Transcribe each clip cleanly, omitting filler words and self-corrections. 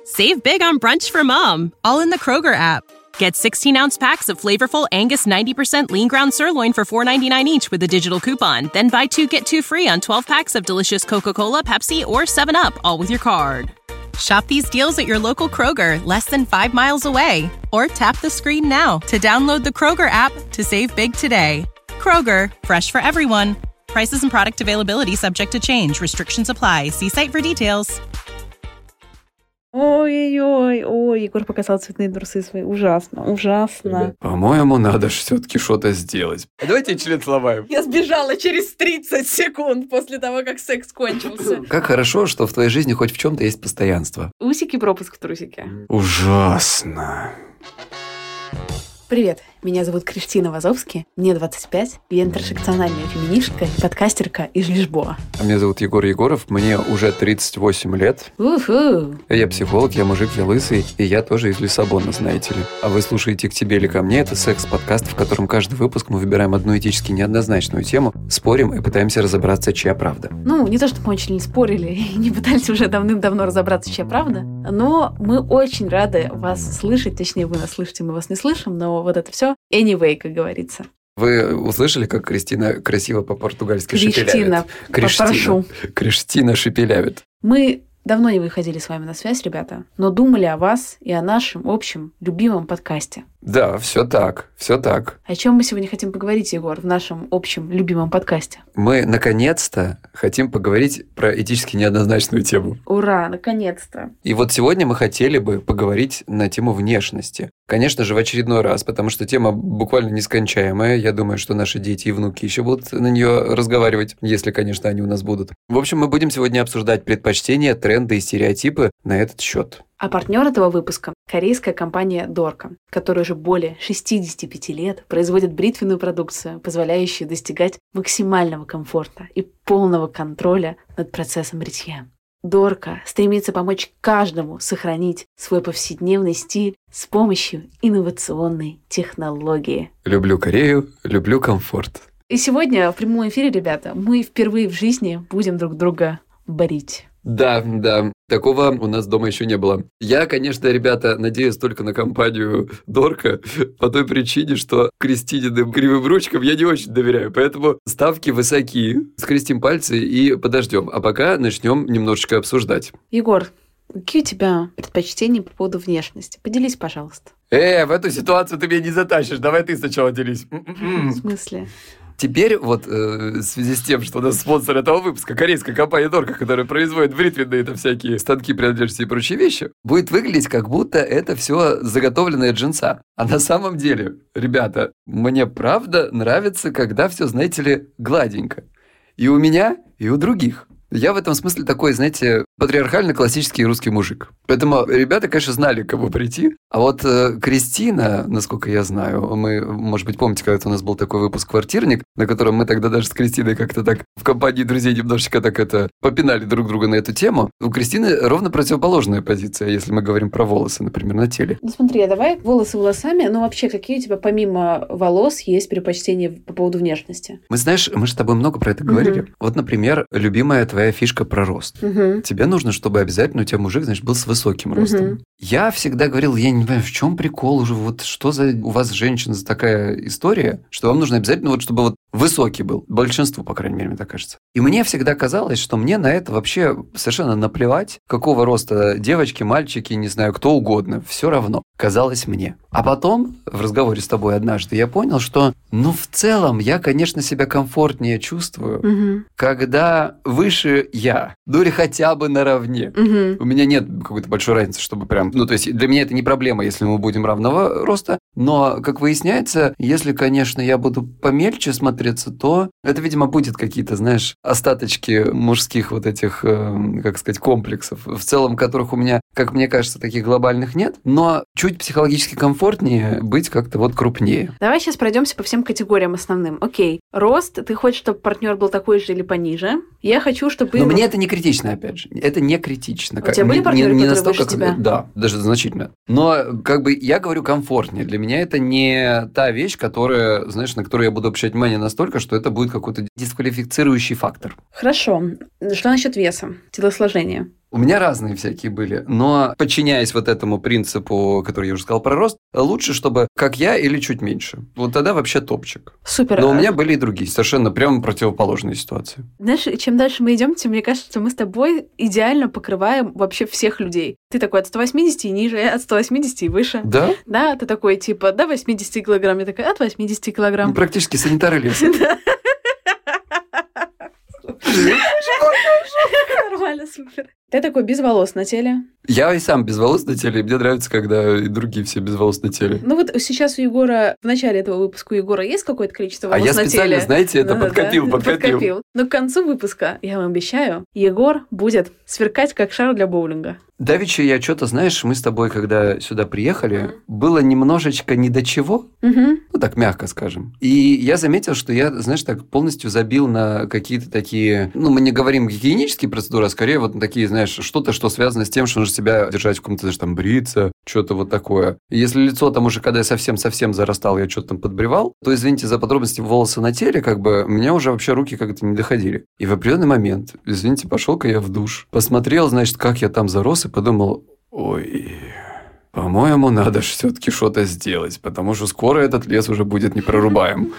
Save big on brunch for mom, all in the Kroger app. Get 16-ounce packs of flavorful Angus 90% lean ground sirloin for $4.99 each with a digital coupon. Then buy 2, get 2 free on 12 packs of delicious Coca-Cola, Pepsi, or 7-Up, all with your card. Shop these deals at your local Kroger, less than 5 miles away. Or tap the screen now to download the Kroger app to save big today. Kroger, fresh for everyone. Prices and product availability subject to change. Restrictions apply. See site for details. Ой, Егор показал цветные трусы свои. Ужасно. По-моему, надо же все-таки что-то сделать. Давайте член сломаем. Я сбежала через 30 секунд после того, как секс кончился. Как хорошо, что в твоей жизни хоть в чем-то есть постоянство. Усики, пропуск в трусике. Ужасно. Привет, меня зовут Кристина Вазовски, мне 25, я интерсекциональная феминистка, подкастерка из Лишбоа. А меня зовут Егор Егоров, мне уже 38 лет. Уху! Я психолог, я мужик, я лысый, и я тоже из Лиссабона, знаете ли. А вы слушаете «К тебе или ко мне» — это секс-подкаст, в котором каждый выпуск мы выбираем одну этически неоднозначную тему, спорим и пытаемся разобраться, чья правда. Не то, чтобы мы очень не спорили и не пытались уже давным-давно разобраться, чья правда, но мы очень рады вас слышать, точнее, вы нас слышите, мы вас не слышим, но вот это все anyway, как говорится. Вы услышали, как Кристина красиво по-португальски шепелявит? Прошу. Кристина шепелявит. Мы давно не выходили с вами на связь, ребята, но думали о вас и о нашем общем любимом подкасте. Да, все так. О чем мы сегодня хотим поговорить, Егор, в нашем общем любимом подкасте? Мы, наконец-то, хотим поговорить про этически неоднозначную тему. Ура, наконец-то! И вот сегодня мы хотели бы поговорить на тему внешности. Конечно же, в очередной раз, потому что тема буквально нескончаемая. Я думаю, что наши дети и внуки еще будут на нее разговаривать, если, конечно, они у нас будут. В общем, мы будем сегодня обсуждать предпочтения, тренды и стереотипы на этот счет. А партнер этого выпуска – корейская компания Dorka, которая уже более 65 лет производит бритвенную продукцию, позволяющую достигать максимального комфорта и полного контроля над процессом бритья. Dorka стремится помочь каждому сохранить свой повседневный стиль с помощью инновационной технологии. Люблю Корею, люблю комфорт. И сегодня в прямом эфире, ребята, мы впервые в жизни будем друг друга брить. Да, такого у нас дома еще не было. Я, конечно, ребята, надеюсь только на компанию Dorka по той причине, что Кристининым кривым ручкам я не очень доверяю, поэтому ставки высоки. Скрестим пальцы и подождем. А пока начнем немножечко обсуждать. Егор, какие у тебя предпочтения по поводу внешности? Поделись, пожалуйста. В эту ситуацию ты меня не затащишь. Давай ты сначала делись. В смысле? Теперь вот в связи с тем, что у нас спонсор этого выпуска, корейская компания Dorka, которая производит бритвенные всякие станки, принадлежности и прочие вещи, будет выглядеть, как будто это все заготовленная джинса. А на самом деле, ребята, мне правда нравится, когда все, знаете ли, гладенько. И у меня, и у других. Я в этом смысле такой, знаете, патриархально-классический русский мужик. Поэтому ребята, конечно, знали, к кому прийти. А вот Кристина, насколько я знаю, мы, может быть, помните, когда-то у нас был такой выпуск «Квартирник», на котором мы тогда даже с Кристиной как-то так в компании друзей немножечко так попинали друг друга на эту тему. У Кристины ровно противоположная позиция, если мы говорим про волосы, например, на теле. Смотри, давай волосы волосами, но вообще какие у тебя помимо волос есть предпочтения по поводу внешности? Мы, знаешь, мы же с тобой много про это говорили. Вот, например, любимая твоя фишка про рост. Тебе нужно, чтобы обязательно у тебя мужик, значит, был с высоким ростом. Я всегда говорил, я не понимаю, в чем прикол уже, вот что за у вас, женщина, за такая история, что вам нужно обязательно вот, чтобы вот высокий был. Большинству, по крайней мере, мне так кажется. И мне всегда казалось, что мне на это вообще совершенно наплевать, какого роста девочки, мальчики, не знаю, кто угодно. Все равно. Казалось мне. А потом, в разговоре с тобой однажды, я понял, что, в целом, я, конечно, себя комфортнее чувствую, когда выше я. Или хотя бы наравне. У меня нет какой-то большой разницы, чтобы прям... то есть для меня это не проблема, если мы будем равного роста. Но, как выясняется, если, конечно, я буду помельче смотреться, то это, видимо, будет какие-то, знаешь, остаточки мужских вот этих, как сказать, комплексов, в целом которых у меня, как мне кажется, таких глобальных нет, но чуть психологически комфортнее быть как-то вот крупнее. Давай сейчас пройдемся по всем категориям основным. Окей, рост, ты хочешь, чтобы партнер был такой же или пониже? Я хочу, чтобы... Но мне это не критично, опять же. Это не критично. У тебя были партнеры, не которые выше тебя? Да, даже значительно. Но, я говорю, комфортнее. Для меня это не та вещь, которая, знаешь, на которую я буду обращать внимание настолько, что это будет какой-то дисквалифицирующий фактор. Хорошо. Что насчет веса, телосложения? У меня разные всякие были, но подчиняясь вот этому принципу, который я уже сказал про рост, лучше, чтобы как я или чуть меньше. Вот тогда вообще топчик. Супер. Но у меня были и другие, совершенно прямо противоположные ситуации. Знаешь, чем дальше мы идем, тем мне кажется, что мы с тобой идеально покрываем вообще всех людей. Ты такой от 180 и ниже, я от 180 и выше. Да? Да, ты такой типа до 80 килограмм, я такая от 80 килограмм. Практически санитары леса. Нормально, супер. Ты такой без волос на теле. Я и сам без волос на теле, и мне нравится, когда и другие все без волос на теле. Ну вот сейчас у Егора, в начале этого выпуска у Егора есть какое-то количество волос на теле? А я специально, знаете, это подкопил. Но к концу выпуска, я вам обещаю, Егор будет сверкать, как шар для боулинга. Давеча я что-то, знаешь, мы с тобой, когда сюда приехали, было немножечко не до чего, ну так мягко скажем. И я заметил, что я, знаешь, так полностью забил на какие-то такие, ну мы не говорим гигиенические процедуры, а скорее вот на такие, знаешь, что-то, что связано с тем, что нужно себя держать в каком-то, знаешь, там бриться, что-то вот такое. И если лицо там уже, когда я совсем-совсем зарастал, я что-то там подбривал, то, извините за подробности, волосы на теле, как бы, у меня уже вообще руки как-то не доходили. И в определенный момент, извините, пошел-ка я в душ, посмотрел, значит, как я там зарос, и подумал, ой, по-моему, надо все-таки что-то сделать, потому что скоро этот лес уже будет непрорубаем.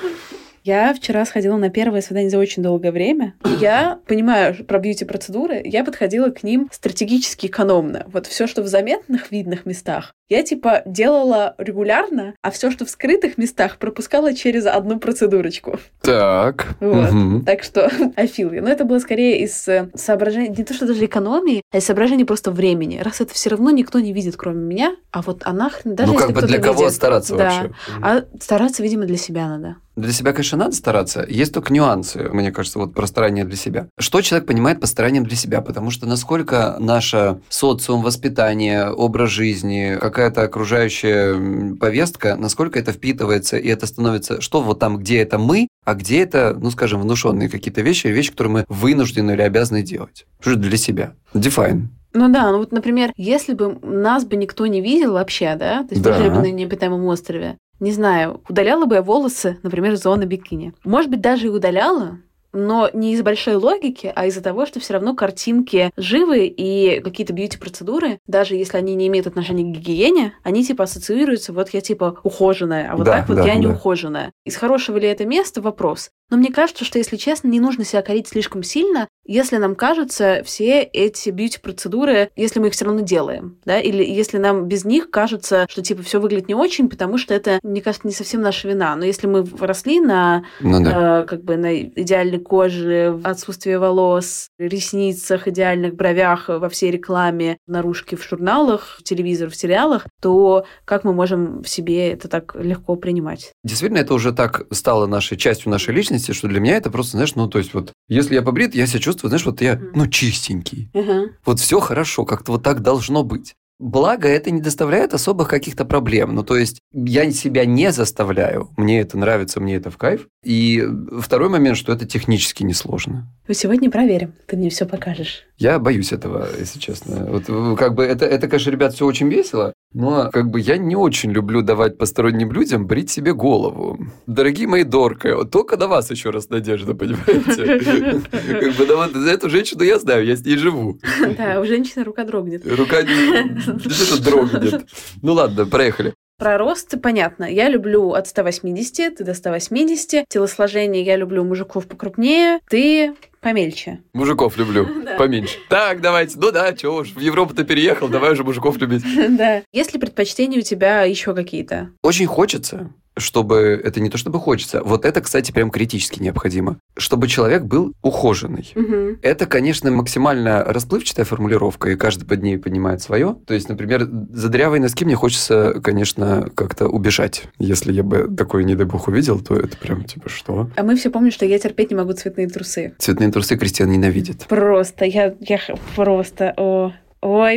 Я вчера сходила на первое свидание за очень долгое время. Я понимаю про бьюти-процедуры, я подходила к ним стратегически экономно. Вот все, что в заметных видных местах, я типа делала регулярно, а все, что в скрытых местах, пропускала через одну процедурочку. Так. Вот. Так что I feel you. Но это было скорее из соображений, не то что даже экономии, а из соображений просто времени. Раз это все равно никто не видит, кроме меня, а вот она даже ну, если как бы кто-то для кого видит, стараться да. вообще? А стараться, видимо, для себя надо. Для себя, конечно, надо стараться. Есть только нюансы, мне кажется, вот про старание для себя. Что человек понимает под старанием для себя? Потому что насколько наша социум, воспитание, образ жизни, какая-то окружающая повестка, насколько это впитывается, и это становится, что вот там, где это мы, а где это, ну, скажем, внушенные какие-то вещи, которые мы вынуждены или обязаны делать. Что же для себя? Define. Ну да, ну вот, например, если бы нас бы никто не видел вообще, да, то есть мы жили бы на необитаемом острове, не знаю, удаляла бы я волосы, например, с зоны бикини. Может быть, даже и удаляла, но не из большой логики, а из-за того, что все равно картинки живы, и какие-то бьюти-процедуры, даже если они не имеют отношения к гигиене, они типа ассоциируются, вот я типа ухоженная, а вот так вот я не ухоженная. Из хорошего ли это места? Вопрос. Но мне кажется, что, если честно, не нужно себя корить слишком сильно, если нам кажется, все эти бьюти-процедуры, если мы их все равно делаем, да, или если нам без них кажется, что типа все выглядит не очень, потому что это, мне кажется, не совсем наша вина. Но если мы росли на, как бы на идеальной коже, отсутствии волос, ресницах, идеальных бровях во всей рекламе, наружке в журналах, в телевизоре, в сериалах, то как мы можем в себе это так легко принимать? Действительно, это уже так стало частью нашей личности, что для меня это просто, знаешь, ну, то есть вот, если я побрит, я себя чувствую, знаешь, вот я, ну, чистенький. Вот все хорошо, как-то вот так должно быть. Благо, это не доставляет особых каких-то проблем. Ну, то есть, я себя не заставляю. Мне это нравится, мне это в кайф. И второй момент, что это технически несложно. Сегодня проверим. Ты мне все покажешь. Я боюсь этого, если честно. Вот как бы это, конечно, ребят, все очень весело, но как бы я не очень люблю давать посторонним людям брить себе голову. Дорогие мои Дорка, вот только на вас еще раз надежда, понимаете? Как бы, да вот эту женщину я знаю, я с ней живу. Да, у женщины рука дрогнет. Рука что-то дрогнет. Ну ладно, проехали. Про рост понятно. Я люблю от 180, ты до 180. Телосложение я люблю мужиков покрупнее, ты помельче. Мужиков люблю, поменьше. Так, давайте. Ну да, чего уж, в Европу-то переехал, давай уже мужиков любить. Да. Есть ли предпочтения у тебя еще какие-то? Очень хочется, чтобы... Это не то, чтобы хочется. Вот это, кстати, прям критически необходимо. Чтобы человек был ухоженный. Это, конечно, максимально расплывчатая формулировка, и каждый под ней понимает свое. То есть, например, за дырявые носки мне хочется, конечно, как-то убежать. Если я бы такое, не дай бог, увидел, то это прям типа что? А мы все помним, что я терпеть не могу цветные трусы. Цветные трусы Кристиан ненавидит. Просто, я просто... Ой,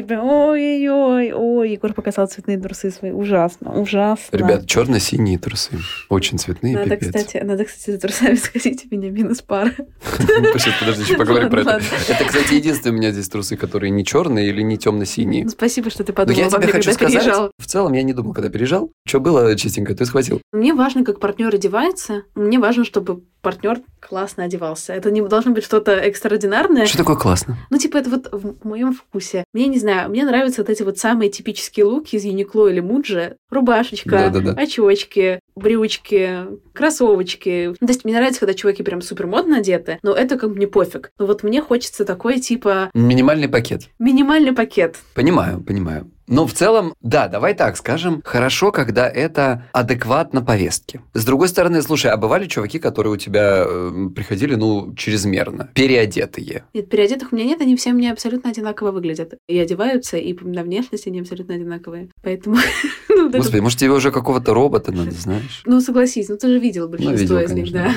Егор показал цветные трусы свои. Ужасно. Ребят, черно-синие трусы. Очень цветные, пипец. Надо, кстати, за трусами сходить, у меня минус пара. Подожди, еще поговорим про это. Это, кстати, единственные у меня здесь трусы, которые не черные или не темно-синие. Спасибо, что ты подумал обо мне, когда переезжал. В целом, я не думал, когда переезжал. Что было чистенько, ты схватил. Мне важно, как партнер одевается. Мне важно, чтобы партнер классно одевался. Это не должно быть что-то экстраординарное. Что такое классно? Ну, типа, это вот в моем вкусе. Мне, не знаю, мне нравятся вот эти вот самые типические луки из Юникло или Муджи. Рубашечка, очечки, брючки, кроссовочки. Ну, то есть мне нравится, когда чуваки прям супер модно одеты, но это как бы мне пофиг. Но вот мне хочется такой, типа... Минимальный пакет. Минимальный пакет. Понимаю. Но в целом, да, давай так скажем, хорошо, когда это адекватно повестке. С другой стороны, слушай, а бывали чуваки, которые у тебя приходили, чрезмерно, переодетые? Нет, переодетых у меня нет, они все мне абсолютно одинаково выглядят. И одеваются, и на внешность они абсолютно одинаковые. Поэтому... Господи, может, тебе уже какого-то робота надо, знаешь? Ну, согласись, ты же видел большинство из них, да.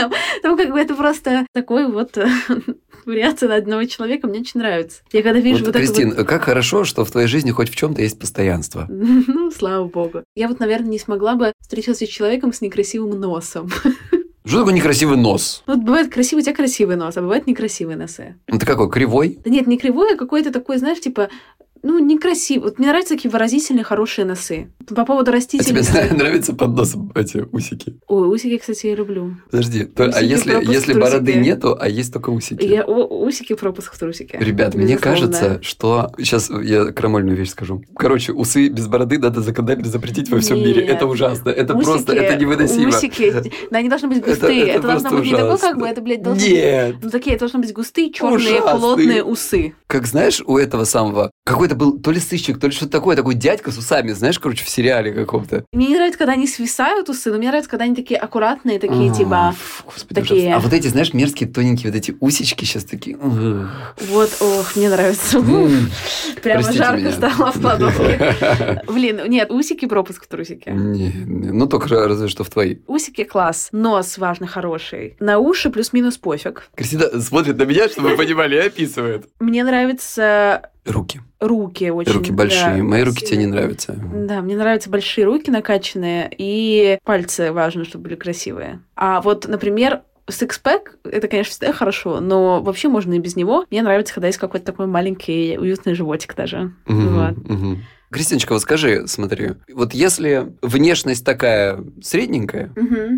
Там как бы это просто такой вот... Вариация на одного человека мне очень нравится. Я когда вижу вот Кристин, как хорошо, что в твоей жизни хоть в чем-то есть постоянство. Ну, слава богу. Я вот, наверное, не смогла бы встречаться с человеком с некрасивым носом. Что такое некрасивый нос? Вот бывает красивый, у тебя красивый нос, а бывает некрасивые носы. Ну, ты какой, кривой? Да нет, не кривой, а какой-то такой, знаешь, типа... некрасивый. Вот мне нравятся такие выразительные, хорошие носы. По поводу растительности... А тебе нравятся под носом эти усики? Ой, усики, кстати, я люблю. Подожди, а если бороды нету, а есть только усики? Усики пропуск в трусики. Ребят, мне кажется, что... Сейчас я крамольную вещь скажу. Короче, усы без бороды надо законодательно запретить во всем мире. Это ужасно. Это просто, это невыносимо. Усики, да, они должны быть густые. Это должно быть не такое, как бы, это, блядь, должно быть... Нет. Такие, это должны быть густые, черные, плотные усы. Как знаешь, у этого самого... Какой-то был то ли сыщик, то ли что-то такое, такой дядька с усами, знаешь, короче, в сериале каком-то. Мне не нравится, когда они свисают усы, но мне нравится, когда они такие аккуратные, такие, типа... Господи, такие... А вот эти, знаешь, мерзкие, тоненькие вот эти усички сейчас такие... Вот, мне нравится. Прямо жарко стало в кладовке. Блин, нет, усики пропуск в трусики. Ну, только разве что в твои. Усики класс, нос важно хороший. На уши плюс-минус пофиг. Кристина смотрит на меня, чтобы вы понимали, и описывает. Мне нравится... Руки очень. Руки большие. Да, мои руки тебе не нравятся. Да, мне нравятся большие руки накачанные, и пальцы важно, чтобы были красивые. А вот, например, сикспэк, это, конечно, всегда хорошо, но вообще можно и без него. Мне нравится, когда есть какой-то такой маленький уютный животик даже. Кристиночка, вот скажи, смотри, вот если внешность такая средненькая,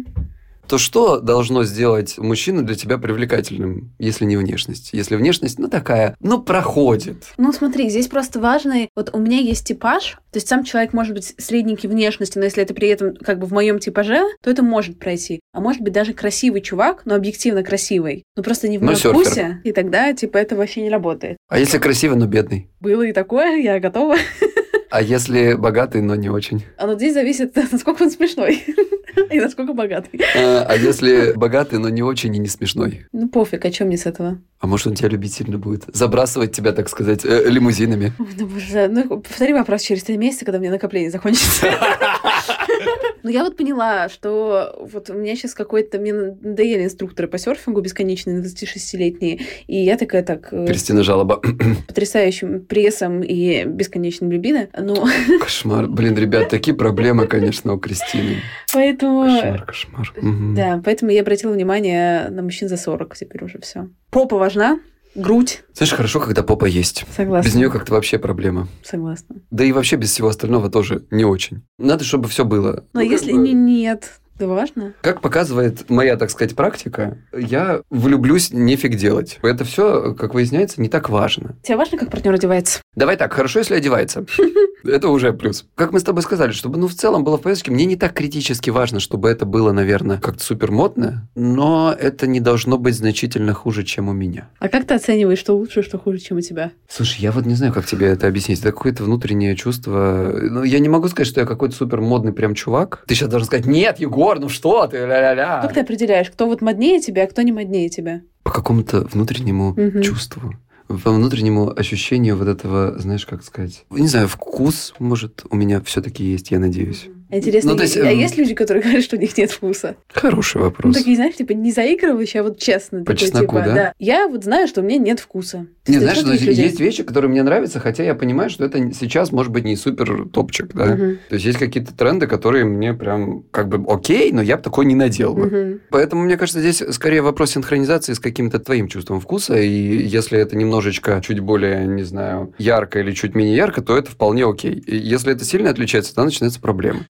то что должно сделать мужчину для тебя привлекательным, если не внешность? Если внешность, такая, проходит. Смотри, здесь просто важный... Вот у меня есть типаж, то есть сам человек может быть средненький внешности, но если это при этом как бы в моем типаже, то это может пройти. А может быть даже красивый чувак, но объективно красивый, но просто не в моем вкусе, и тогда это вообще не работает. А если красивый, но бедный? Было и такое, я готова. А если богатый, но не очень? Здесь зависит, насколько он смешной. И насколько богатый. А если богатый, но не очень и не смешной? Пофиг, о чем мне с этого? А может, он тебя любить сильно будет? Забрасывать тебя, так сказать, лимузинами? Повтори вопрос через 3 месяца, когда у меня накопление закончится. Я вот поняла, что вот у меня сейчас мне надоели инструкторы по серфингу бесконечные, 26-летние, и я такая Кристина жалоба. Потрясающим прессом и бесконечным либидо, Кошмар. Блин, ребят, такие проблемы, конечно, у Кристины. Поэтому... Кошмар. Да, поэтому я обратила внимание на мужчин за 40 теперь уже все. Попа важна. Грудь. Знаешь, хорошо, когда попа есть. Согласна. Без нее как-то вообще проблема. Согласна. Да и вообще без всего остального тоже не очень. Надо, чтобы все было. Но если нет, это важно. Как показывает моя, так сказать, практика, я влюблюсь нефиг делать. Это все, как выясняется, не так важно. Тебе важно, как партнер одевается? Давай так, хорошо, если одевается. Это уже плюс. Как мы с тобой сказали, чтобы, в целом было в повестке, мне не так критически важно, чтобы это было, наверное, как-то супер модно, но это не должно быть значительно хуже, чем у меня. А как ты оцениваешь, что лучше, что хуже, чем у тебя? Слушай, я вот не знаю, как тебе это объяснить. Это какое-то внутреннее чувство. Я не могу сказать, что я какой-то супер модный прям чувак. Ты сейчас должен сказать: нет, Егор, что ты, ля-ля-ля. Как ты определяешь, кто вот моднее тебя, а кто не моднее тебя? По какому-то внутреннему чувству. По внутреннему ощущению вот этого, знаешь, как сказать... Не знаю, вкус, может, у меня все-таки есть, я надеюсь. Интересно, есть люди, которые говорят, что у них нет вкуса? Хороший вопрос. Такие, знаешь, не заигрывающие, а вот честно. По чесноку, да? Я вот знаю, что у меня нет вкуса. Не, знаешь, есть вещи, которые мне нравятся, хотя я понимаю, что это сейчас, может быть, не супер топчик, да? То есть, есть какие-то тренды, которые мне прям как бы окей, но я бы такой не надел бы. Поэтому, мне кажется, здесь скорее вопрос синхронизации с каким-то твоим чувством вкуса, и если это немножечко чуть более, не знаю, ярко или чуть менее ярко, то это вполне окей. И если это сильно отличается, то начинается проблема.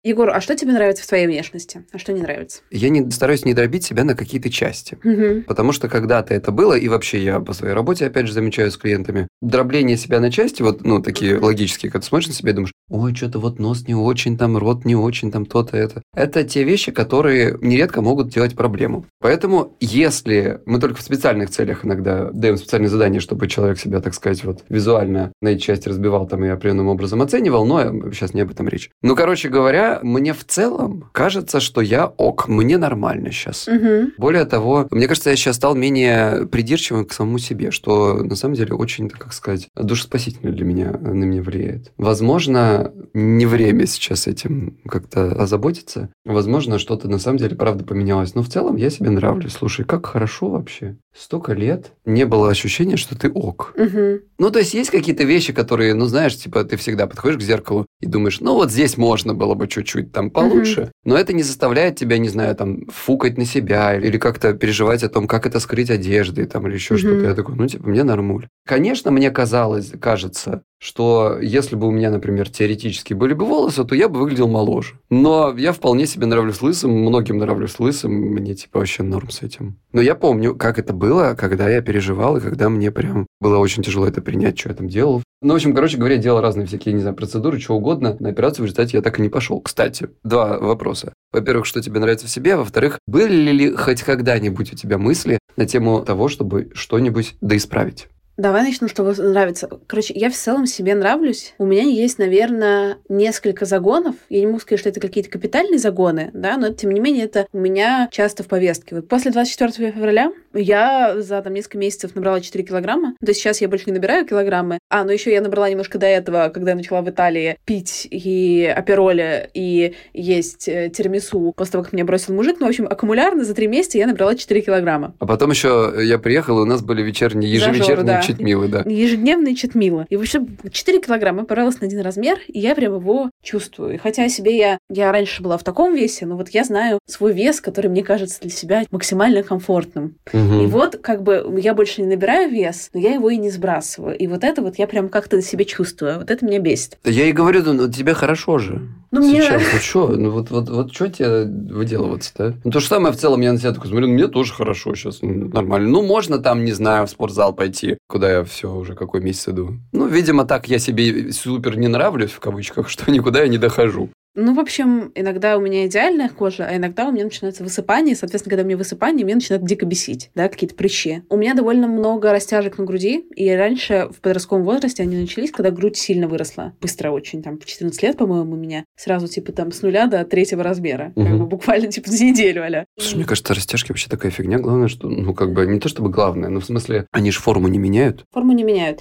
Егор, а что тебе нравится в твоей внешности? А что не нравится? Я стараюсь не дробить себя на какие-то части. Потому что когда-то это было, и вообще я по своей работе, опять же, замечаю с клиентами, дробление себя на части, такие логические, когда ты смотришь на себя и думаешь, ой, что-то нос не очень, там рот не очень, там то-то это. Это те вещи, которые нередко могут делать проблему. Поэтому, если мы только в специальных целях иногда даем специальные задания, чтобы человек себя, так сказать, визуально на эти части разбивал там и определенным образом оценивал, но сейчас не об этом речь. Короче говоря, мне в целом кажется, что я ок, мне нормально сейчас. Более того, мне кажется, я сейчас стал менее придирчивым к самому себе, что на самом деле очень, как сказать, душеспасительно для меня, на меня влияет. Возможно, не время сейчас этим как-то озаботиться. Возможно, что-то на самом деле правда поменялось. Но в целом я себе нравлюсь. Слушай, как хорошо вообще. Столько лет не было ощущения, что ты ок. То есть какие-то вещи, которые, знаешь, ты всегда подходишь к зеркалу и думаешь, здесь можно было бы чуть-чуть там получше. Но это не заставляет тебя, не знаю, там, фукать на себя или как-то переживать о том, как это скрыть одеждой там, или еще что-то. Я такой, мне нормуль. Конечно, мне кажется, что если бы у меня, например, теоретически были бы волосы, то я бы выглядел моложе. Но я вполне себе нравлюсь лысым, многим нравлюсь лысым, мне вообще норм с этим. Но я помню, как это было, когда я переживал, и когда мне прям было очень тяжело это принять, что я там делал. В общем, короче говоря, делал разные всякие, не знаю, процедуры, чего угодно. На операцию в результате я так и не пошел. Кстати, 2 вопроса. Во-первых, что тебе нравится в себе? Во-вторых, были ли хоть когда-нибудь у тебя мысли на тему того, чтобы что-нибудь доисправить? Давай начну, что нравится. Короче, я в целом себе нравлюсь. У меня есть, наверное, несколько загонов. Я не могу сказать, что это какие-то капитальные загоны, да, но тем не менее это у меня часто в повестке. После 24 февраля я за несколько месяцев набрала 4 килограмма. То есть сейчас я больше не набираю килограммы. Но еще я набрала немножко до этого, когда я начала в Италии пить и апероли, и есть тирамису после того, как меня бросил мужик. В общем, аккумулярно за 3 месяца я набрала 4 килограмма. А потом еще я приехала, и у нас были ежевечерние читмилы, да. Ежедневные читмилы. И вообще 4 килограмма я порвалась на один размер, и я прям его чувствую. И хотя себе я раньше была в таком весе, но я знаю свой вес, который мне кажется для себя максимально комфортным. И я больше не набираю вес, но я его и не сбрасываю. И это я прям как-то себе чувствую. Это меня бесит. Я и говорю, тебе хорошо же. Сейчас, что? Что тебе выделываться-то? То же самое в целом я на себя такой смотрю, мне тоже хорошо сейчас, нормально. Можно там, не знаю, в спортзал пойти, куда я все уже какой месяц иду. Видимо, так я себе супер не нравлюсь, в кавычках, что никуда я не дохожу. В общем, иногда у меня идеальная кожа, а иногда у меня начинается высыпание. Соответственно, когда у меня высыпание, меня начинает дико бесить, да, какие-то прыщи. У меня довольно много растяжек на груди, и раньше в подростковом возрасте они начались, когда грудь сильно выросла. Быстро очень, в 14 лет, по-моему, у меня сразу, с 0 до 3 размера. Буквально, за неделю, аля. Слушай, мне кажется, растяжки вообще такая фигня. Главное, что, не то чтобы главное, но в смысле, они же форму не меняют. Форму не меняют.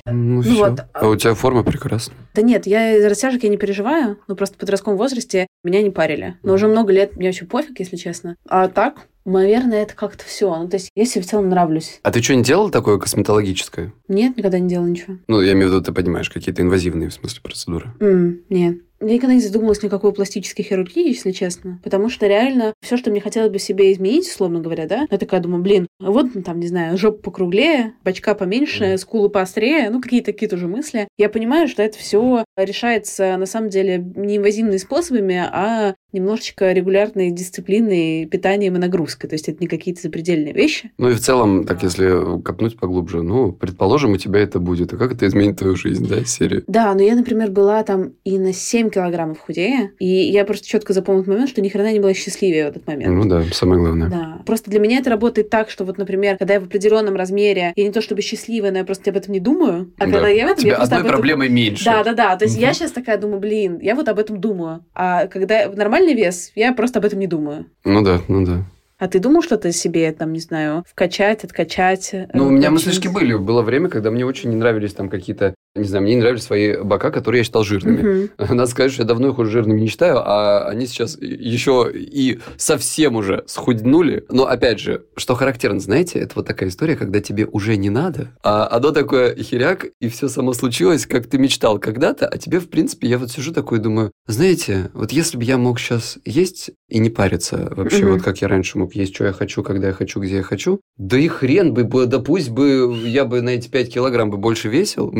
А у тебя форма прекрасна. Да нет, я из растяжек не переживаю, просто в подростковом возрасте меня не парили. Но уже много лет мне вообще пофиг, если честно. А так, наверное, это как-то все. То есть я себе в целом нравлюсь. А ты что, не делала такое косметологическое? Нет, никогда не делала ничего. Я имею в виду, ты понимаешь, какие-то инвазивные, в смысле, процедуры. Нет. Я никогда не задумывалась никакой пластической хирургии, если честно. Потому что реально все, что мне хотелось бы себе изменить, условно говоря, да, я такая думаю, не знаю, жопа покруглее, бочка поменьше, скулы поострее, какие-то такие тоже мысли. Я понимаю, что это все решается, на самом деле, не инвазивными способами, а немножечко регулярной дисциплиной, питанием и нагрузкой. То есть это не какие-то запредельные вещи. И в целом, так если копнуть поглубже, предположим, у тебя это будет. А как это изменит твою жизнь, да, серии? Да, но я, например, была и на 7 килограммов худее, и я просто четко запомнила момент, что ни хрена не была счастливее в этот момент. Да, самое главное. Да. Просто для меня это работает так, что например, когда я в определенном размере, я не то чтобы счастливая, но я просто об этом не думаю, а когда я в этом, я просто одной проблемой меньше. Да. То есть я сейчас такая думаю, я об этом думаю. А когда в нормальный вес, я просто об этом не думаю. Да. А ты думал что-то себе, не знаю, вкачать, откачать? У меня мыслишки были. Было время, когда мне очень не нравились какие-то, не знаю, мне не нравились свои бока, которые я считал жирными. Надо сказать, что я давно их уже жирными не считаю, а они сейчас еще и совсем уже схуднули. Но, опять же, что характерно, знаете, это такая история, когда тебе уже не надо, а оно такое херяк, и все само случилось, как ты мечтал когда-то, а тебе, в принципе, я сижу такой и думаю, знаете, если бы я мог сейчас есть и не париться вообще, как я раньше мог есть, что я хочу, когда я хочу, где я хочу, да и хрен бы, да пусть бы я бы на эти 5 килограмм бы больше весил, мне вообще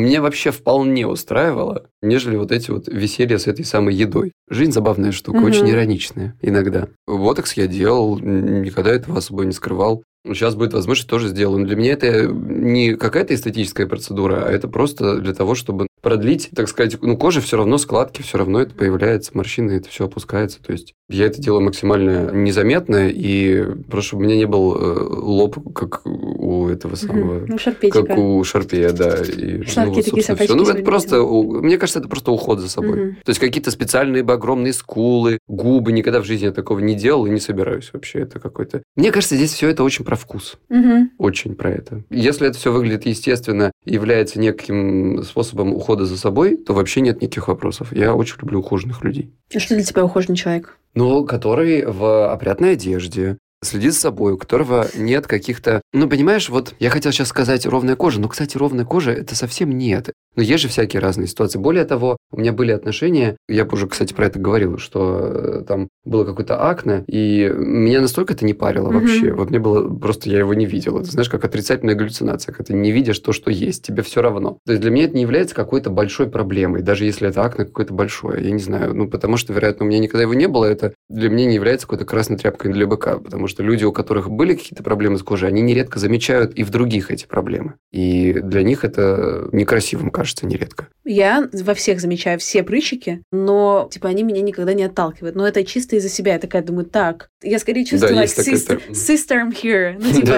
вообще вполне устраивало, нежели вот эти вот веселья с этой самой едой. Жизнь забавная штука, очень ироничная иногда. Ботокс я делал, никогда этого особо не скрывал. Сейчас будет возможность, тоже сделаю. Но для меня это не какая-то эстетическая процедура, а это просто для того, чтобы продлить, так сказать, кожа все равно, складки, все равно это появляется, морщины, это все опускается. То есть я это делаю максимально незаметно, и просто чтобы у меня не был лоб, как у этого самого... Как у Шарпея, да. Сладкие такие собачки. Это просто, мне кажется, это просто уход за собой. То есть какие-то специальные огромные скулы, губы. Никогда в жизни я такого не делал и не собираюсь вообще. Это какой-то... Мне кажется, здесь все это очень про вкус. Очень про это. Если это все выглядит естественно и является неким способом ухода за собой, то вообще нет никаких вопросов. Я очень люблю ухоженных людей. А что для тебя ухоженный человек? Который в опрятной одежде, следит за собой, у которого нет каких-то... понимаешь, вот я хотел сейчас сказать ровная кожа, но, кстати, ровная кожа – это совсем нет. Но есть же всякие разные ситуации. Более того, у меня были отношения, я уже, кстати, про это говорил, что там было какое-то акне, и меня настолько это не парило вообще. Вот мне было... Просто я его не видел. Это, знаешь, как отрицательная галлюцинация, когда ты не видишь то, что есть, тебе все равно. То есть для меня это не является какой-то большой проблемой, даже если это акне какое-то большое. Я не знаю, потому что, вероятно, у меня никогда его не было, это для меня не является какой-то красной тряпкой для быка, потому что люди, у которых были какие-то проблемы с кожей, они нередко замечают и в других эти проблемы. И для них это некрасивым кажется нередко. Я во всех замечаю все прыщики, но они меня никогда не отталкивают. Но это чисто из-за себя. Я такая думаю, я скорее чувствую, sister, I'm here.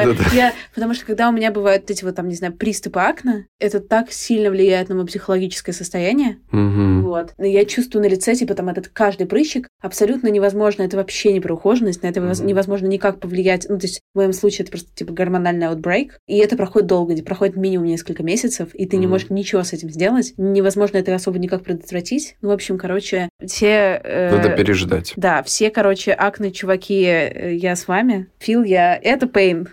Потому что когда у меня бывают эти приступы акне, это так сильно влияет на мое психологическое состояние. Вот. И я чувствую на лице, этот каждый прыщик абсолютно невозможно. Это вообще не про ухоженность, на это невозможно никак повлиять. То есть в моем случае это просто гормональный outbreak. И это проходит долго, проходит минимум несколько месяцев, и ты не можешь ничего с этим сделать. Невозможно это особо никак предотвратить. В общем, все... Надо переждать. Да, все, акне, чуваки, я с вами. Фил, это pain.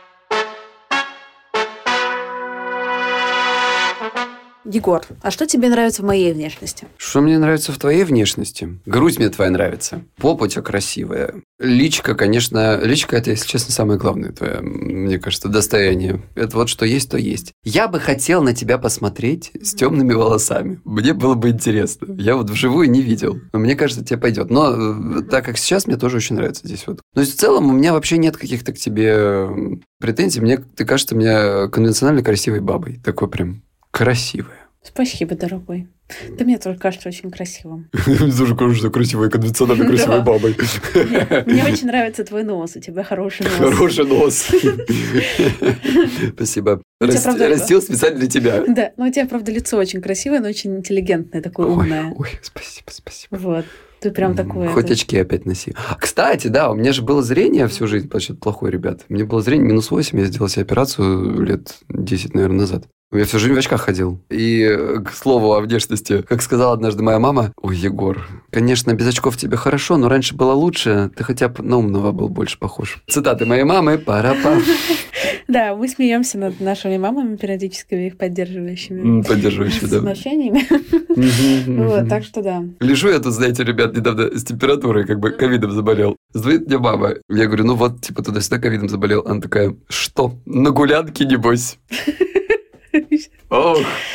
Егор, а что тебе нравится в моей внешности? Что мне нравится в твоей внешности? Грудь мне твоя нравится. Попа у тебя красивая. Личка, конечно... Личка – это, если честно, самое главное твое, мне кажется, достояние. Это вот что есть, то есть. Я бы хотел на тебя посмотреть с темными волосами. Мне было бы интересно. Я вот вживую не видел. Но мне кажется, тебе пойдет. Но так как сейчас, мне тоже очень нравится здесь вот. Но в целом у меня вообще нет каких-то к тебе претензий. Ты кажется мне конвенционально красивой бабой. Такой прям... красивая. Спасибо, дорогой. Ты мне тоже кажется очень красивым. Мне тоже кажется красивой, конвенционально красивой бабой. Мне очень нравится твой нос. У тебя хороший нос. Хороший нос. Спасибо. Растил специально для тебя. Да, но у тебя, правда, лицо очень красивое, но очень интеллигентное, такое умное. Ой, спасибо. Вот. Ты прям такой... Хоть очки опять носи. Кстати, да, у меня же было зрение всю жизнь, значит, плохое, ребят. Мне было зрение -8, я сделал себе операцию лет 10, наверное, назад. Я всю жизнь в очках ходил. И, к слову о внешности, как сказала однажды моя мама, ой, Егор, конечно, без очков тебе хорошо, но раньше было лучше, ты хотя бы на умного был больше похож. Цитаты моей мамы, пара-па. Да, мы смеемся над нашими мамами периодически, их поддерживающими. Поддерживающими, да. Отношениями. Вот, так что да. Лежу я тут, знаете, ребят, недавно с температурой, ковидом заболел. Звонит мне мама. Я говорю, туда-сюда ковидом заболел. Она такая, что, на гулянке, небось? Ох.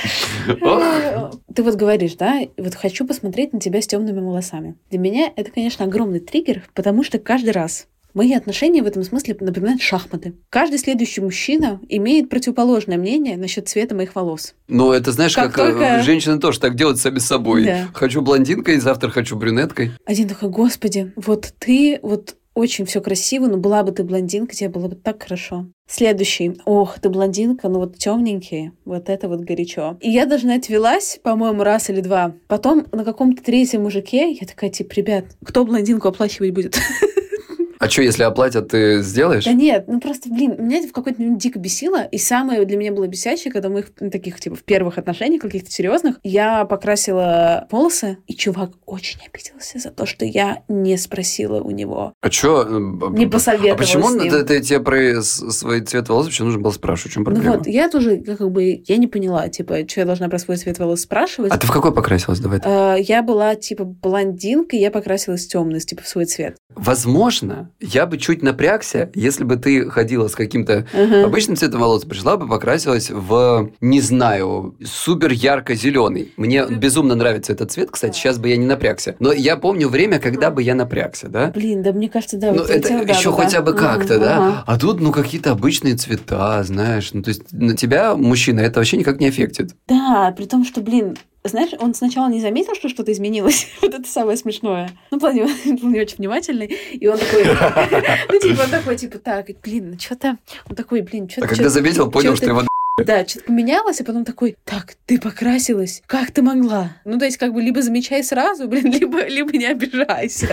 Ты вот говоришь, да, хочу посмотреть на тебя с темными волосами. Для меня это, конечно, огромный триггер, потому что каждый раз мои отношения в этом смысле напоминают шахматы. Каждый следующий мужчина имеет противоположное мнение насчет цвета моих волос. Это, знаешь, как женщины тоже так делают сами с собой. Да. Хочу блондинкой, завтра хочу брюнеткой. Один такой, господи, ты очень все красиво, но была бы ты блондинка, тебе было бы так хорошо. Следующий. Ох, ты блондинка, темненький. Вот это горячо. И я даже на это велась, по-моему, раз или два. Потом на каком-то третьем мужике я такая, ребят, кто блондинку оплачивать будет? А что, если оплатят, ты сделаешь? Да нет, просто, меня это в какой-то момент дико бесило. И самое для меня было бесящее, когда мы в таких, в первых отношениях, каких-то серьезных, я покрасила волосы, и чувак очень обиделся за то, что я не спросила у него. А что? Не посоветовала почему с ним. Ты тебе про свой цвет волос вообще нужно было спрашивать? В чем проблема? Я тоже, я не поняла, что я должна про свой цвет волос спрашивать. А ты в какой покрасилась? Давай. Я была, блондинкой, я покрасилась темной, в свой цвет. Возможно, я бы чуть напрягся, если бы ты ходила с каким-то обычным цветом волос, пришла бы, покрасилась в, не знаю, супер ярко-зеленый. Мне безумно нравится этот цвет, кстати, сейчас бы я не напрягся. Но я помню время, когда бы я напрягся, да? Блин, да мне кажется, да. Ну, это еще хотя бы как-то, да? А тут, какие-то обычные цвета, знаешь. Ну, то есть, на тебя, мужчина, это вообще никак не аффектит. Да, при том, что, блин, знаешь, он сначала не заметил, что что-то изменилось. Вот это самое смешное. Ну, в плане, он не очень внимательный. И он такой... он такой, так, блин, что-то... Он такой, блин, что-то... А когда заметил, понял, что его... Да, что-то поменялось, а потом такой, так, ты покрасилась, как ты могла? Ну, то есть, либо замечай сразу, блин, либо не обижайся.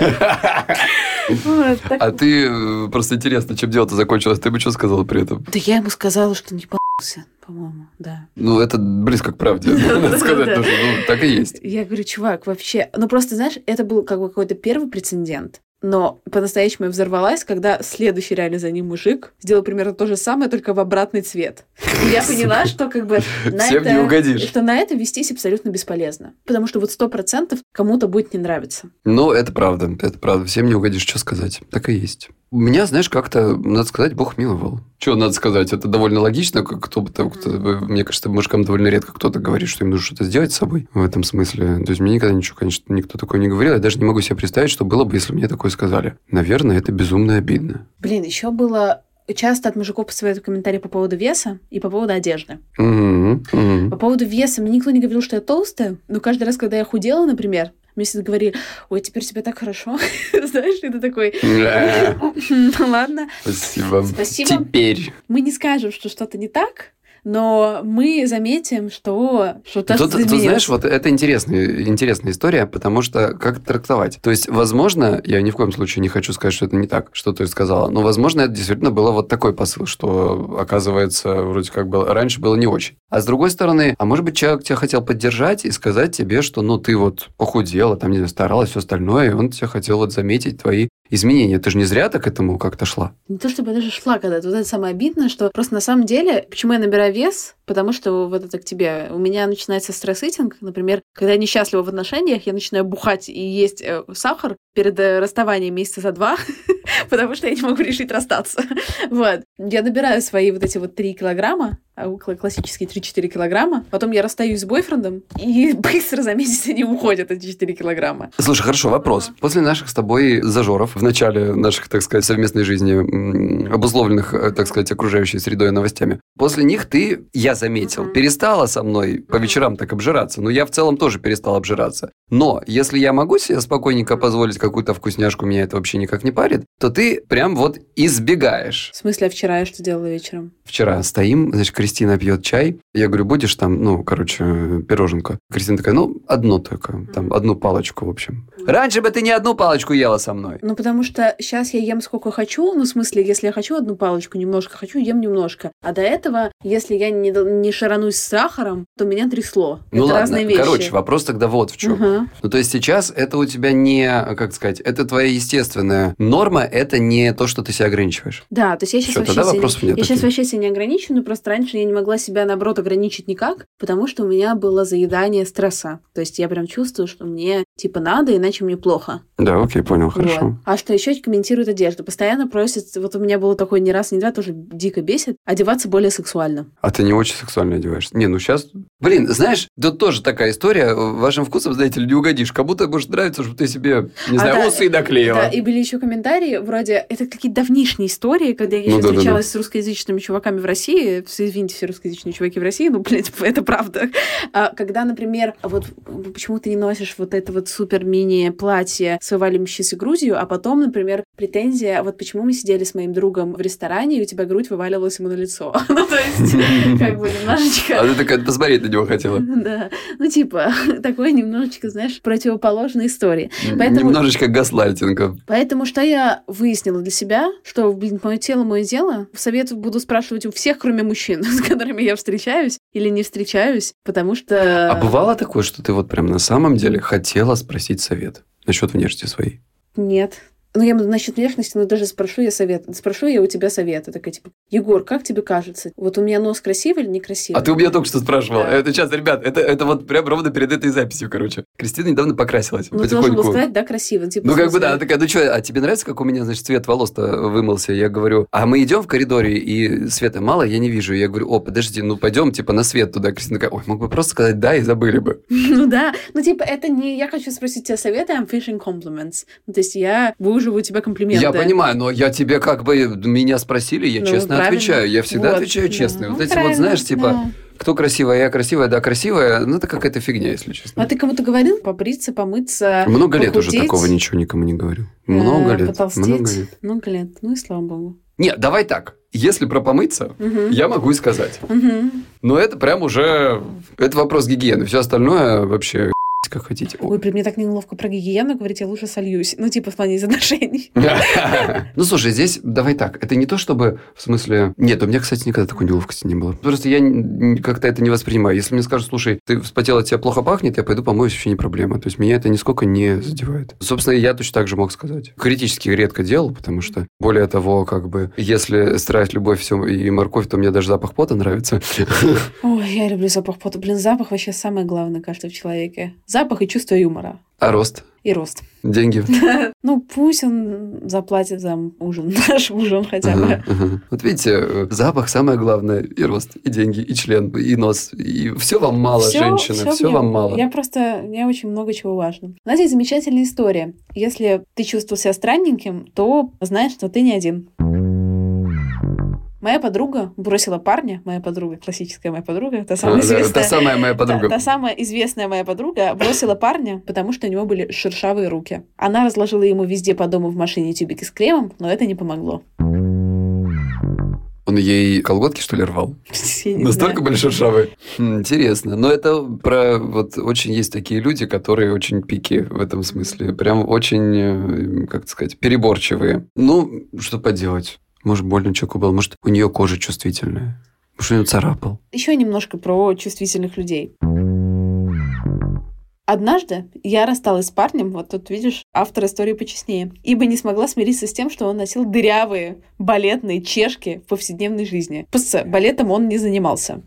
А ты, просто интересно, чем дело-то закончилось? Ты бы что сказала при этом? Да я ему сказала, что не по***ся, по-моему, да. Ну, это близко к правде, надо сказать тоже. Ну, так и есть. Я говорю, чувак, вообще... Ну, просто, знаешь, это был какой-то первый прецедент. Но по-настоящему я взорвалась, когда следующий реально за ним мужик сделал примерно то же самое, только в обратный цвет. И я поняла, что всем не угодишь. Что на это вестись абсолютно бесполезно. Потому что 100% кому-то будет не нравиться. Ну, это правда. Всем не угодишь, что сказать. Так и есть. Меня, знаешь, как-то, надо сказать, Бог миловал. Что надо сказать? Это довольно логично. Мне кажется, мужикам довольно редко кто-то говорит, что им нужно что-то сделать с собой в этом смысле. То есть, мне никогда ничего, конечно, никто такое не говорил. Я даже не могу себе представить, что было бы, если мне такое сказали. Наверное, это безумно обидно. Блин, еще было... Часто от мужиков посылают комментарии по поводу веса и по поводу одежды. По поводу веса мне никто не говорил, что я толстая, но каждый раз, когда я худела, например, мне всегда говорили, ой, теперь тебе так хорошо. Знаешь, и ты такой, ладно. Спасибо. Теперь. Мы не скажем, что что-то не так, но мы заметим, что что-то изменилось. Тут, знаешь, вот это интересная история, потому что как трактовать? То есть, возможно, я ни в коем случае не хочу сказать, что это не так, что ты сказала, но, возможно, это действительно было вот такой посыл, что, оказывается, вроде как было, раньше было не очень. А с другой стороны, а может быть, человек тебя хотел поддержать и сказать тебе, что, ты вот похудела, там, не знаю, старалась, все остальное, и он тебя хотел вот заметить твои изменения. Ты же не зря так к этому как-то шла. Не то, чтобы я даже шла когда-то. Вот это самое обидное, что просто на самом деле, почему я набираю вес, потому что вот это к тебе. У меня начинается стресс-итинг, например, когда я несчастлива в отношениях, я начинаю бухать и есть сахар перед расставанием месяца за 2, потому что я не могу решить расстаться. Вот. Я набираю свои вот эти вот 3 килограмма, классические 3-4 килограмма, потом я расстаюсь с бойфрендом, и быстро за месяц они уходят, эти 4 килограмма. Слушай, хорошо, вопрос. После наших с тобой зажоров, в начале наших, так сказать, совместной жизни, обусловленных, так сказать, окружающей средой и новостями, после них ты, я заметил, перестала со мной по вечерам так обжираться. Но я в целом тоже перестал обжираться. Но если я могу себе спокойненько позволить какую-то вкусняшку, меня это вообще никак не парит, то ты прям вот избегаешь. В смысле, а вчера я что делала вечером? Вчера стоим, значит, Кристина пьет чай. Я говорю, будешь там, пироженку? Кристина такая, одно только, там, одну палочку, в общем. Раньше бы ты не одну палочку ела со мной. Потому что сейчас я ем сколько хочу, в смысле, если я хочу одну палочку, немножко хочу, ем немножко. А до этого, если я не шаранусь с сахаром, то меня трясло. Это ладно, разные вещи. Короче, вопрос тогда вот в чем. То есть сейчас это у тебя не, как сказать, это твоя естественная норма, это не то, что ты себя ограничиваешь. Да, то есть я сейчас вообще себя не ограничиваю, просто раньше я не могла себя, наоборот, ограничить никак, потому что у меня было заедание стресса. То есть я прям чувствую, что мне надо, иначе мне плохо. Да, окей, понял, хорошо. Вот. А что еще комментируют одежду? Постоянно просят, вот у меня было такое не раз, не два, тоже дико бесит, одеваться более сексуально. А ты не очень сексуально одеваешься? Не, сейчас... Блин, знаешь, тут тоже такая история, вашим вкусом, знаете ли, не угодишь. Как будто, может, нравится, чтобы ты себе, не знаю, усы наклеила. Да, и были еще комментарии, вроде, это какие-то давнишние истории, когда я еще встречалась с русскоязычными чуваками в России, извините, все русскоязычные чуваки в России, это правда. Когда, например, вот почему ты не носишь вот это вот супер мини-платье с вываливающейся грудью, а потом, например, претензия, вот почему мы сидели с моим другом в ресторане, и у тебя грудь вываливалась ему на лицо. Ну, то есть, немножечко... А ты такая посмотреть на него хотела. Да. Такой немножечко, знаешь, противоположной истории. Немножечко газлайтинга. Поэтому что я выяснила для себя, что, мое тело, мое дело, совет буду спрашивать у всех, кроме мужчин, с которыми я встречаюсь или не встречаюсь, потому что... А бывало такое, что ты вот прям на самом деле хотела спросить совет насчет внешности своей? Нет. Ну, я насчет внешности, даже спрошу я у тебя совет. Такая, типа, Егор, как тебе кажется? Вот у меня нос красивый или некрасивый? А ты у меня только что спрашивал. Да. Это сейчас, ребят, это вот прям ровно перед этой записью, короче. Кристина недавно покрасилась. Ну, ты должен был сказать, да, красиво. Типа, ну, как бы, да, она такая, ну что, а тебе нравится, как у меня, значит, цвет волос-то вымылся? Я говорю, а мы идем в коридоре, и света мало, я не вижу. Я говорю, подожди, ну, пойдем, типа, на свет туда. Кристина такая, мог бы просто сказать да, и забыли бы. Ну, да. Ну, типа, это не... Я хочу спросить тебя совета, I'm fishing compliments. То есть я выуживаю у тебя комплименты. Я понимаю, но я тебе как бы... Меня спросили, я честно отвечаю. Я всегда отвечаю честно. Вот эти вот, знаешь, типа... Кто красивая, я красивая, да, красивая. Ну, это какая-то фигня, если честно. А ты кому-то говорил побриться, помыться, много лет похудеть? уже такого ничего никому не говорю. Много лет. Потолстеть? Много лет. Ну и слава богу. Нет, давай так. Если про помыться, я могу и сказать. Но это прям уже... Это вопрос гигиены. Все остальное вообще... как хотите. Ой, блин, мне так неловко про гигиену говорить, я лучше сольюсь. Ну, типа, в плане из отношений. Ну, слушай, здесь давай так. Это не то, чтобы, в смысле... Нет, у меня, кстати, никогда такой неловкости не было. Просто я как-то это не воспринимаю. Если мне скажут, слушай, ты вспотела, тебе плохо пахнет, я пойду помоюсь, вообще не проблема. То есть, меня это нисколько не задевает. Собственно, я точно так же мог сказать. Критически редко делал, потому что, более того, как бы, если страсть, любовь все и морковь, то мне даже запах пота нравится. Ой, я люблю запах пота. Блин, запах вообще самое главное, кажется, в человеке. Запах и чувство юмора. А рост? И рост. Деньги? Ну, пусть он заплатит за ужин, наш ужин хотя бы. Вот видите, запах самое главное. И рост, и деньги, и член, и нос. И все вам мало, женщина, все вам мало. Мне очень много чего важно. У нас есть замечательная история. Если ты чувствовал себя странненьким, то знаешь, что ты не один. Моя подруга бросила парня, моя подруга, классическая моя подруга, та самая известная. Та самая моя подруга. Та самая известная моя подруга бросила парня, потому что у него были шершавые руки. Она разложила ему везде по дому в машине тюбики с кремом, но это не помогло. Он ей колготки, что ли, рвал? Настолько были шершавые? Интересно. Но это про... Вот очень есть такие люди, которые очень пики в этом смысле. Прям очень, как сказать, переборчивые. Ну, что поделать? Может, больно человеку было, может, у нее кожа чувствительная, может, он ее царапал. Еще немножко про чувствительных людей. Однажды я рассталась с парнем, вот тут видишь, автор истории почестнее, ибо не смогла смириться с тем, что он носил дырявые балетные чешки в повседневной жизни. Балетом он не занимался.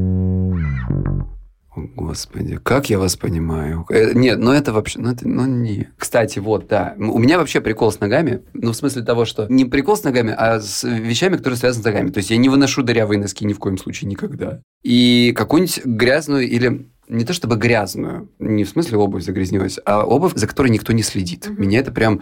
Господи, как я вас понимаю. Нет, ну это вообще... не. Кстати, вот, да. У меня вообще прикол с ногами. Ну, в смысле того, что... Не прикол с ногами, а с вещами, которые связаны с ногами. То есть я не выношу дырявые носки ни в коем случае никогда. И какую-нибудь грязную или... Не то чтобы грязную, не в смысле обувь загрязнилась, а обувь, за которой никто не следит. Меня это прям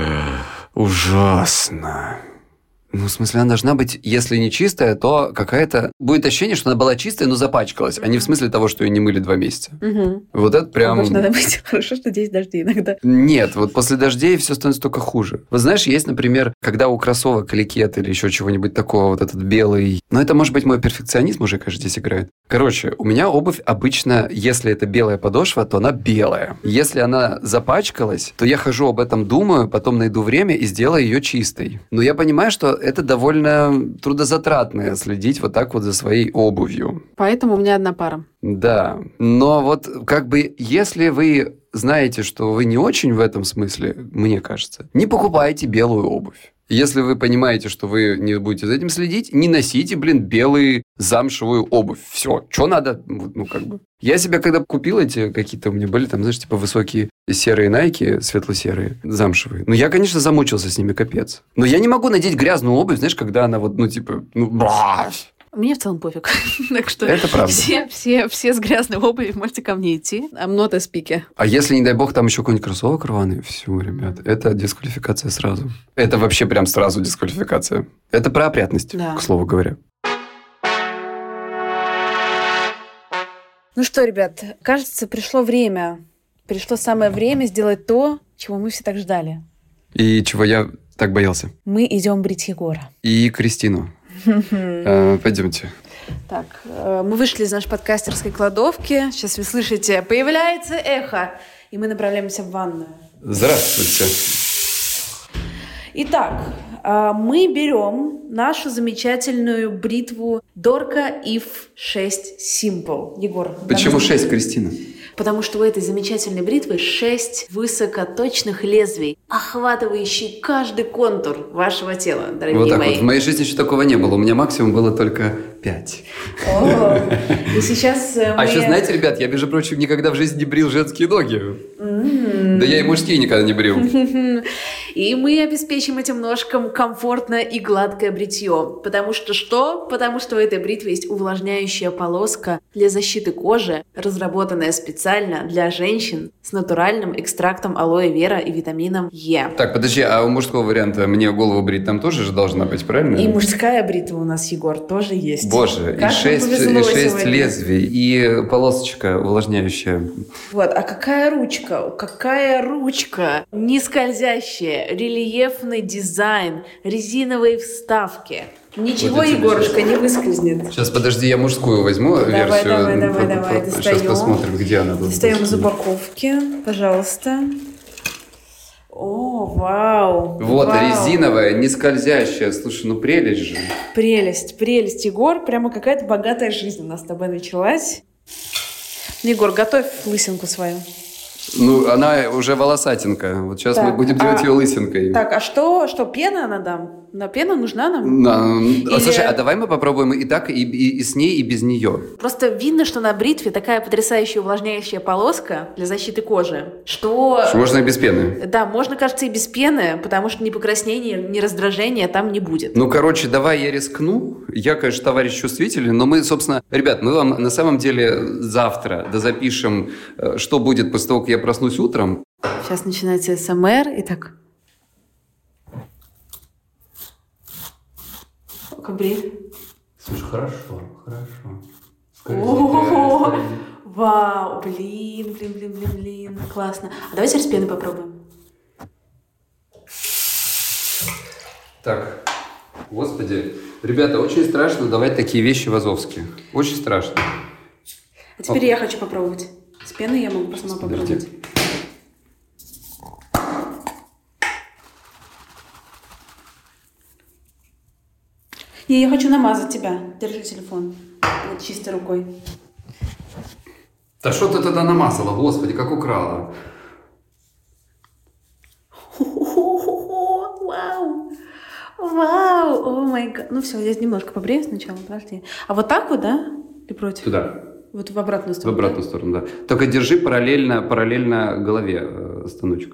ужасно. Ну, в смысле, она должна быть, если не чистая, то какая-то... Будет ощущение, что она была чистая, но запачкалась, а не в смысле того, что ее не мыли 2 месяца. Вот это прям... Может, надо быть хорошо, что здесь дожди иногда. Нет, вот после дождей все становится только хуже. Вот знаешь, есть, например, когда у кроссовок ликет или еще чего-нибудь такого, вот этот белый... Но это, может быть, мой перфекционизм уже, конечно, здесь играет. Короче, у меня обувь обычно, если это белая подошва, то она белая. Если она запачкалась, то я хожу об этом думаю, потом найду время и сделаю ее чистой. Но я понимаю, что это довольно трудозатратно следить вот так вот за своей обувью. Поэтому у меня одна пара. Да, но вот как бы если вы знаете, что вы не очень в этом смысле, мне кажется, не покупайте белую обувь. Если вы понимаете, что вы не будете за этим следить, не носите, белую замшевую обувь. Все, что надо, ну, как бы. Я себе, когда купил эти какие-то, у меня были там, знаешь, типа высокие серые найки, светло-серые, замшевые. Ну, я, конечно, замучился с ними, капец. Но я не могу надеть грязную обувь, знаешь, когда она вот, ну, типа, Мне в целом пофиг. Так что это правда. Все с грязной обувью можете ко мне идти. I'm not a speaker. А если, не дай бог, там еще какой-нибудь кроссовок рваный, все, ребят, это дисквалификация сразу. Это вообще прям сразу дисквалификация. Это про опрятность, да. К слову говоря. Ну что, ребят, кажется, пришло самое время сделать то, чего мы все так ждали. И чего я так боялся. Мы идем брить Егора. И Кристину. Пойдемте. Так, мы вышли из нашей подкастерской кладовки. Сейчас вы слышите, появляется эхо. И мы направляемся в ванную. Здравствуйте. Итак, мы берем нашу замечательную бритву Dorka If 6 Simple. Егор. Почему 6, Кристина? Потому что у этой замечательной бритвы 6 высокоточных лезвий, охватывающие каждый контур вашего тела, дорогие вот так мои. Вот. В моей жизни еще такого не было. У меня максимум было только 5. И сейчас А еще, знаете, ребят, я, между прочим, никогда в жизни не брил женские ноги. Да я и мужские никогда не брил. И мы обеспечим этим ножкам комфортное и гладкое бритье. Потому что что? Потому что у этой бритвы есть увлажняющая полоска для защиты кожи, разработанная специально для женщин с натуральным экстрактом алоэ вера и витамином Е. Так, подожди, а у мужского варианта мне голову брить там тоже же должна быть, правильно? И мужская бритва у нас, Егор, тоже есть. Боже, как и 6 лезвий, и полосочка увлажняющая. Вот, а какая ручка? Какая ручка? Не скользящая, рельефный дизайн, резиновые вставки. Ничего, вот Егорушка, не выскользнет. Сейчас, подожди, я мужскую возьму версию. Давай, достаем. Сейчас посмотрим, где она. Достаем из упаковки, пожалуйста. О, вау. Вот, резиновая, не скользящая. Слушай, ну прелесть же. Прелесть, Егор. Прямо какая-то богатая жизнь у нас с тобой началась. Егор, готовь лысинку свою. Ну, она уже волосатенькая. Вот сейчас мы будем делать ее лысинкой. Так, а что пена надо? Пена нужна нам? Или... Слушай, а давай мы попробуем и так, и с ней, и без нее. Просто видно, что на бритве такая потрясающая увлажняющая полоска для защиты кожи, что можно и без пены. Да, можно, кажется, и без пены, потому что ни покраснения, ни раздражения там не будет. Ну, короче, давай я рискну. Я, конечно, товарищ чувствительный, но мы, собственно... Ребят, мы вам на самом деле завтра дозапишем, что будет после того, как я проснусь утром. Сейчас начинается СМР, и так... Как брит? Слушай, хорошо. Вау, блин, классно. А давайте с пены попробуем. Так, господи. Ребята, очень страшно давать такие вещи в Азовске. Очень страшно. А теперь я хочу попробовать. С пеной я могу сама попробовать. Не, я хочу намазать тебя. Держи телефон. Вот чистой рукой. Да что ты тогда намазала, господи, как украла. Вау, о май гад. Ну все, я немножко побрею сначала, подожди. А вот так вот, да? Или против? Туда. Вот в обратную сторону. В обратную сторону, да. Только держи параллельно голове станочек.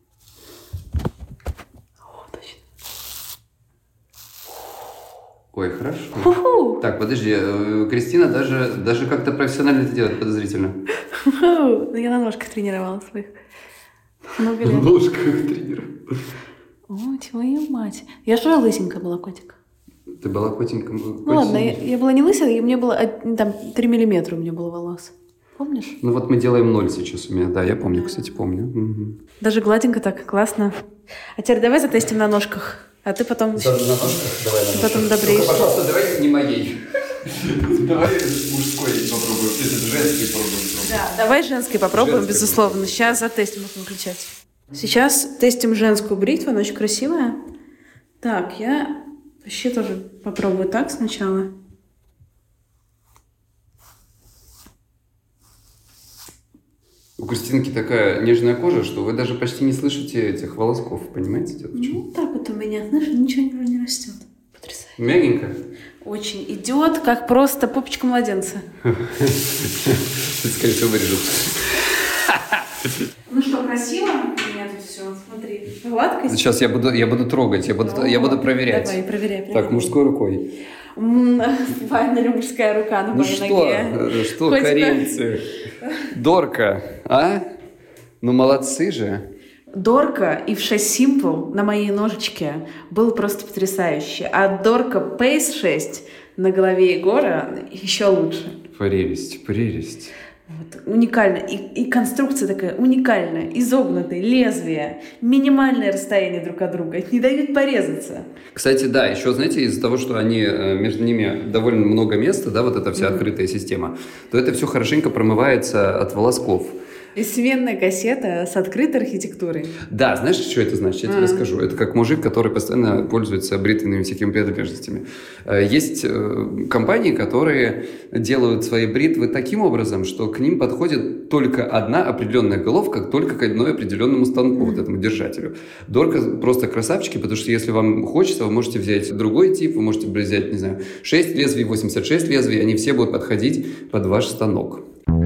Ой, хорошо. Ху-ху. Так, подожди, Кристина даже как-то профессионально это делает подозрительно. Ну, я на ножках тренировала своих. Много лет. На ножках тренировала. Ой, твою мать. Я же лысенькая была, котик. Ты была котеньком? Ну ладно, я была не лысая, и мне было там 3 миллиметра у меня было волос. Помнишь? Ну вот мы делаем 0 сейчас у меня. Да, я помню, кстати, помню. Угу. Даже гладенько так, классно. А теперь давай затестим на ножках. А ты потом... На ножках? Давай на ножках. Потом добреешь. Только, пожалуйста, давай не моей. Давай мужской попробуем. Женской попробуем. Да, давай женской попробуем, безусловно. Сейчас затестим, можно выключать. Сейчас тестим женскую бритву, она очень красивая. Так, я вообще тоже попробую так сначала. У Кристинки такая нежная кожа, что вы даже почти не слышите этих волосков, понимаете? Ну, так вот у меня, знаешь, ничего не растет. Потрясающе. Мягенько? Очень. Идет, как просто пупочка младенца. Ты, скорее всего, вырежут. Ну что, красиво? У меня тут все, смотри. Гладкость. Сейчас я буду трогать, я буду проверять. Давай, проверяй. Так, мужской рукой. Файная мужская рука на моей ноге. Ну что, корейцы? Дорка, а? Ну молодцы же. Дорка и в 6 Simple на моей ножечке был просто потрясающе. А Дорка Pace 6 на голове Егора еще лучше. Прелесть. Вот, уникально. И конструкция такая уникальная. Изогнутые, лезвия, минимальное расстояние друг от друга. Не дают порезаться. Кстати, да, еще, знаете, из-за того, что они, между ними довольно много места, да, вот эта вся открытая система, то это все хорошенько промывается от волосков. И сменная кассета с открытой архитектурой. Да, знаешь, что это значит? Я тебе расскажу. Это как мужик, который постоянно пользуется бритвенными всякими принадлежностями. Есть компании, которые делают свои бритвы таким образом, что к ним подходит только одна определенная головка, только к одной определенному станку, вот этому держателю. Дорка просто красавчики, потому что если вам хочется, вы можете взять другой тип, вы можете взять, не знаю, 6 лезвий, 86 лезвий, они все будут подходить под ваш станок.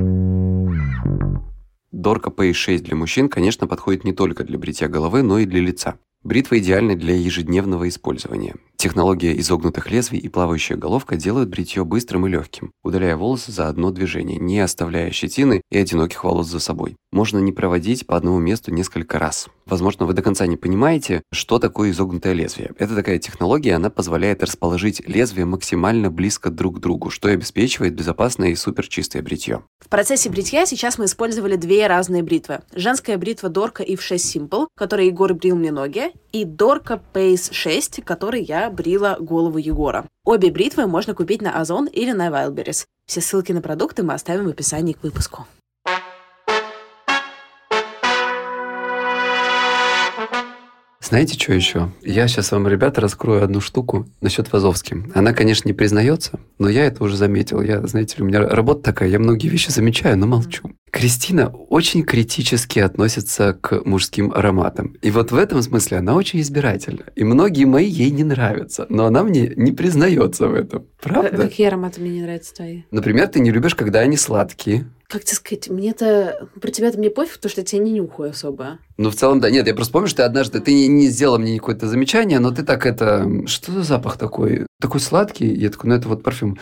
Дорка Pace-6 для мужчин, конечно, подходит не только для бритья головы, но и для лица. Бритва идеальна для ежедневного использования. Технология изогнутых лезвий и плавающая головка делают бритье быстрым и легким, удаляя волосы за одно движение, не оставляя щетины и одиноких волос за собой. Можно не проводить по одному месту несколько раз. Возможно, вы до конца не понимаете, что такое изогнутое лезвие. Это такая технология, она позволяет расположить лезвие максимально близко друг к другу, что обеспечивает безопасное и суперчистое бритье. В процессе бритья сейчас мы использовали две разные бритвы. Женская бритва Дорка Eve 6 Simple, которой Егор брил мне ноги, и Дорка Pace-6, которой я брила голову Егора. Обе бритвы можно купить на Озон или на Wildberries. Все ссылки на продукты мы оставим в описании к выпуску. Знаете, что еще? Я сейчас вам, ребята, раскрою одну штуку насчет Вазовски. Она, конечно, не признается, но я это уже заметил. Я, знаете ли, у меня работа такая, я многие вещи замечаю, но молчу. Кристина очень критически относится к мужским ароматам. И вот в этом смысле она очень избирательна. И многие мои ей не нравятся, но она мне не признается в этом. Правда? Какие ароматы мне не нравятся твои? Например, ты не любишь, когда они сладкие. Как тебе сказать, мне-то... Про тебя-то мне пофиг, потому что я тебя не нюхаю особо. Ну, в целом, да. Нет, я просто помню, что однажды ты не сделала мне какое-то замечание, но ты так это... Что за запах такой? Такой сладкий? Я такой, ну, это вот парфюм.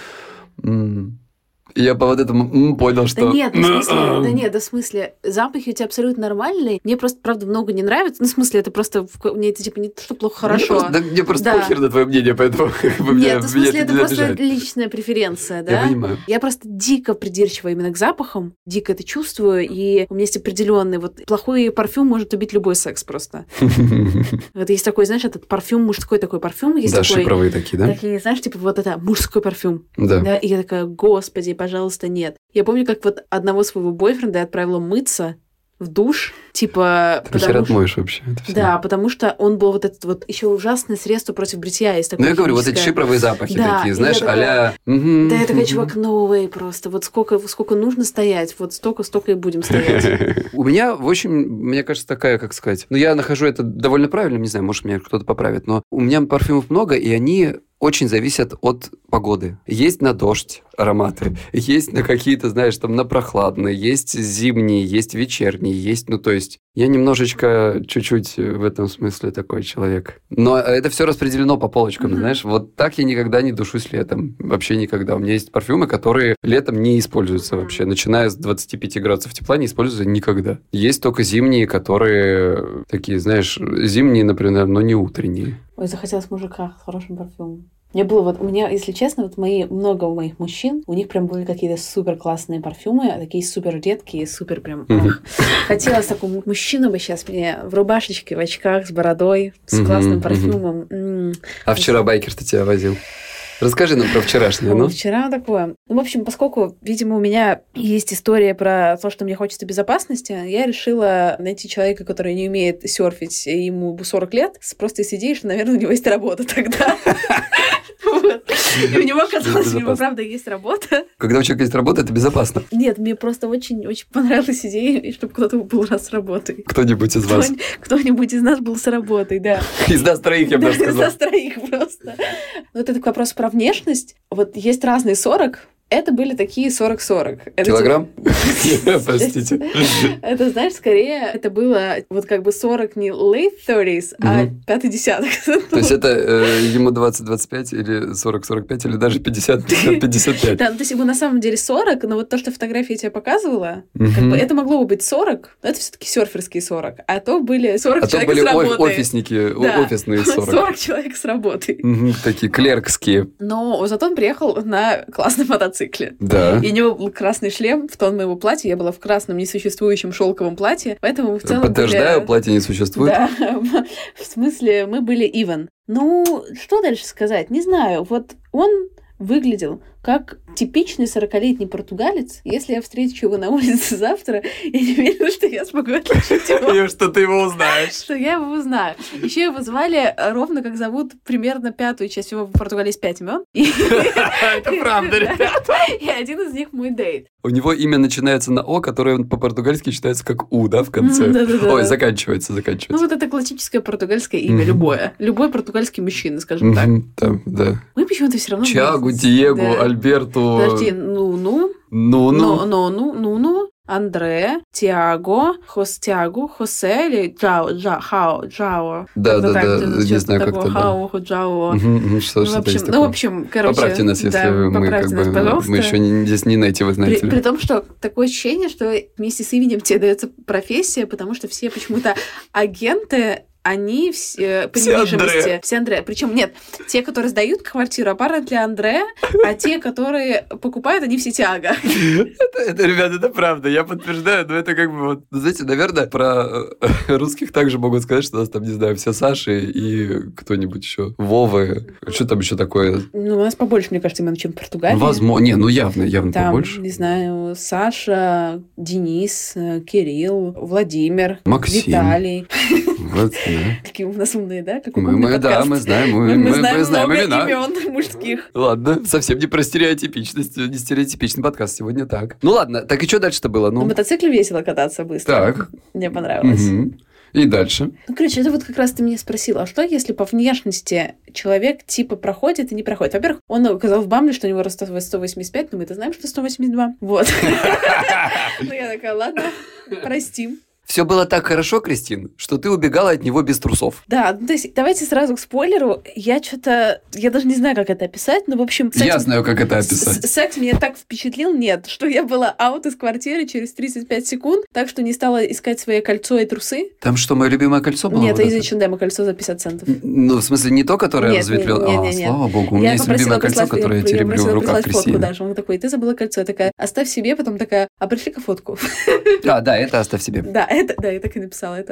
И я по вот этому понял, что... Да нет, в смысле, запахи у тебя абсолютно нормальные. Мне просто, правда, много не нравится. Ну, в смысле, это просто... Мне это, типа, не то, что плохо, хорошо. Мне просто похер на твое мнение, поэтому... Нет, в смысле, это просто личная преференция, да? Я понимаю. Я просто дико придирчива именно к запахам, дико это чувствую, и у меня есть определенный... Вот плохой парфюм может убить любой секс просто. Вот есть такой, знаешь, этот парфюм, мужской такой парфюм. Да, шипровые такие, да? Такие, знаешь, типа вот это мужской парфюм. Да. И я такая, господи, пожалуйста, нет. Я помню, как вот одного своего бойфренда я отправила мыться в душ, типа... Ты хер отмоешь вообще это все. Да, потому что он был вот этот вот еще ужасное средство против бритья. Есть такое я говорю, вот эти шипровые запахи такие, знаешь, а-ля... Да, я такая, чувак, новый просто. Вот сколько нужно стоять, вот столько и будем стоять. У меня, в общем, мне кажется, такая, как сказать... Ну, я нахожу это довольно правильным, не знаю, может, меня кто-то поправит, но у меня парфюмов много, и они... очень зависят от погоды. Есть на дождь ароматы, есть на какие-то, знаешь, там на прохладные, есть зимние, есть вечерние, есть, ну, то есть я немножечко, чуть-чуть в этом смысле такой человек. Но это все распределено по полочкам, знаешь, вот так я никогда не душусь летом, вообще никогда. У меня есть парфюмы, которые летом не используются вообще, начиная с 25 градусов тепла не используются никогда. Есть только зимние, которые такие, знаешь, зимние, например, но не утренние. Ой, захотелось мужика с хорошим парфюмом. У меня, если честно, вот много моих мужчин, у них прям были какие-то супер классные парфюмы, такие супер редкие, супер прям... Хотелось такого мужчину бы сейчас мне в рубашечке, в очках, с бородой, с классным парфюмом. А вчера байкер-то тебя возил? Расскажи нам про вчерашнее, ну. Вчера такое. Ну, в общем, поскольку, видимо, у меня есть история про то, что мне хочется безопасности, я решила найти человека, который не умеет серфить, и ему 40 лет, просто с идеей, что, наверное, у него есть работа тогда. И у него, казалось, у него, правда, есть работа. Когда у человека есть работа, это безопасно. Нет, мне просто очень понравилась идея, чтобы кто-то был с работой. Кто-нибудь из вас. Кто-нибудь из нас был с работой, да. Из нас троих, я бы даже сказала. Из нас троих просто. Вот это вопрос про внешность. Вот есть разные 40. Это были такие 40-40. Kg? Простите. Это, знаешь, скорее, это было вот как бы 40 не late 30s, а 5-й десяток. То есть это ему 20-25 или 40-45 или даже 50-55? Да, ну то есть ему на самом деле 40, но вот то, что фотография я тебе показывала, как бы это могло бы быть 40, но это все-таки серферские 40, а то были 40 человек с работы. А то были офисники, офисные 40. 40 человек с работы. Такие клеркские. Но зато он приехал на классном мотоцикле. Да. И у него был красный шлем в тон моего платья. Я была в красном несуществующем шелковом платье. Поэтому мы в целом Подтверждаю, платье не существует. Да. В смысле, мы были even. Ну, что дальше сказать? Не знаю. Вот он выглядел как типичный 40-летний португалец, если я встречу его на улице завтра, я не верю, что я смогу отличить его. И что ты его узнаешь. Что я его узнаю. Еще его звали ровно как зовут примерно 5-ю часть. Его в Португалии есть 5 имен. Это правда, ребята. И один из них мой дейт. У него имя начинается на О, которое по-португальски читается как У, да, в конце? Да-да-да. Ой, заканчивается. Ну, вот это классическое португальское имя, любое. Любой португальский мужчина, скажем так. Да. Мы почему-то все равно... Чиагу, Диего, Альберту... Подожди, Нуну, Андре, Тиаго, Хосе или Джао. Да, не знаю, как это. Хао, Джао. В общем, короче... Поправьте нас, если мы еще здесь не native, знаете ли. При том, что такое ощущение, что вместе с именем тебе дается профессия, потому что все почему-то агенты... Они все по недвижимости. Все Андре. Причем нет, те, которые сдают квартиру, аппарат для Андре, а те, которые покупают, они все Тиаго. Это, ребята, это правда. Я подтверждаю, но это как бы вот... Знаете, наверное, про русских также могут сказать, что у нас там, не знаю, все Саши и кто-нибудь еще. Вовы. Что там еще такое? Ну, у нас побольше, мне кажется, имен, чем в Португалии. Возможно. Не, ну явно там, побольше. Не знаю, Саша, Денис, Кирилл, Владимир, Максим. Виталий. Вот, да. Какие у нас умные, да? Как мы знаем много имена. имен мужских. Ладно, совсем не про стереотипичность, не стереотипичный подкаст сегодня так. Ну ладно, так и что дальше-то было? На мотоцикле весело кататься быстро. Так. Мне понравилось. И дальше? Ну, короче, это вот как раз ты меня спросила, а что, если по внешности человек типа проходит и не проходит? Во-первых, он указал в Бамбле, что у него рост 185, но мы-то знаем, что 182. Вот. Ну, я такая, ладно, простим. Все было так хорошо, Кристин, что ты убегала от него без трусов. Да, то есть давайте сразу к спойлеру. Я даже не знаю, как это описать, но, в общем... Я знаю, как это описать. Секс меня так впечатлил, нет, что я была аут из квартиры через 35 секунд, так что не стала искать свое кольцо и трусы. Там что, мое любимое кольцо было? Нет, это из H&M кольцо за 50 центов. Ну, в смысле, не то, которое разветвлено? Нет. Слава богу, у меня есть любимое кольцо, которое я тереблю в руках Кристины. Фотку, он такой, ты забыла кольцо. Я такая, оставь себе, потом такая, а пришли-ка фотку. Да, это оставь себе. Да, я так и написала это.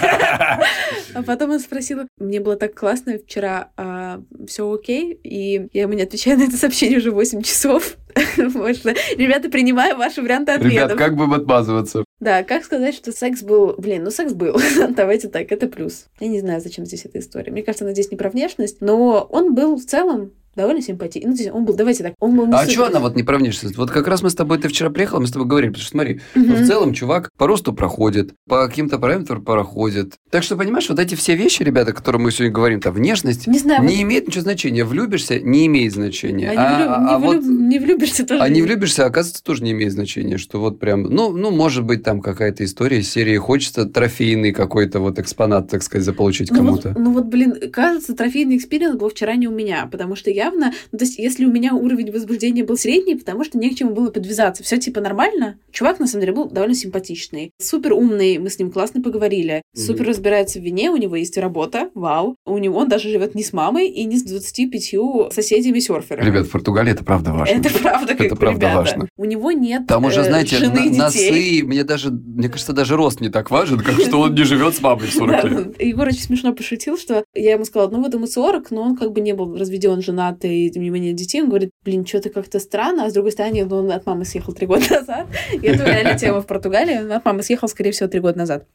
А потом он спросил, мне было так классно вчера, все окей? И я ему не отвечаю на это сообщение уже 8 часов. Ребята, принимаю ваши варианты ответов. Ребят, как будем отмазываться? Да, как сказать, что секс был... секс был. Давайте так, это плюс. Я не знаю, зачем здесь эта история. Мне кажется, она здесь не про внешность, но он был в целом довольно симпатичный. Ну, он был, давайте так, он был не супер... что она вот не про внешность? Вот как раз мы с тобой, ты вчера приехала, мы с тобой говорили, потому что смотри, в целом чувак по росту проходит, по каким-то параметрам проходит. Так что, понимаешь, вот эти все вещи, ребята, о которых мы сегодня говорим, там, внешность не имеет ничего значения. Влюбишься, не имеет значения. Не влюбишься тоже. А не влюбишься, оказывается, тоже не имеет значения, что вот прям, ну, может быть, там какая-то история из серии, хочется трофейный какой-то вот экспонат, так сказать, заполучить кому-то. Кажется, трофейный экспириенс был вчера не у меня, потому что явно, то есть, если у меня уровень возбуждения был средний, потому что не к чему было подвязаться, все типа нормально. Чувак, на самом деле, был довольно симпатичный, супер умный, мы с ним классно поговорили, супер разбирается в вине, у него есть работа, вау, он даже живет не с мамой и не с 25 соседями-серферами. Ребят, в Португалии это правда важно. Это правда, это правда важно. У него нет там уже, знаете, жены и носы, детей. мне кажется, даже рост не так важен, как что он не живет с мамой 40 лет. Егор очень смешно пошутил, что я ему сказала, вот ему 40, но он как бы не был разведен, женатый, у него нет детей. Он говорит, что-то как-то странно, а с другой стороны, он от мамы съехал 3 года назад. И это реально тема в Португалии. Он от мамы съехал, скорее всего, 3 года назад.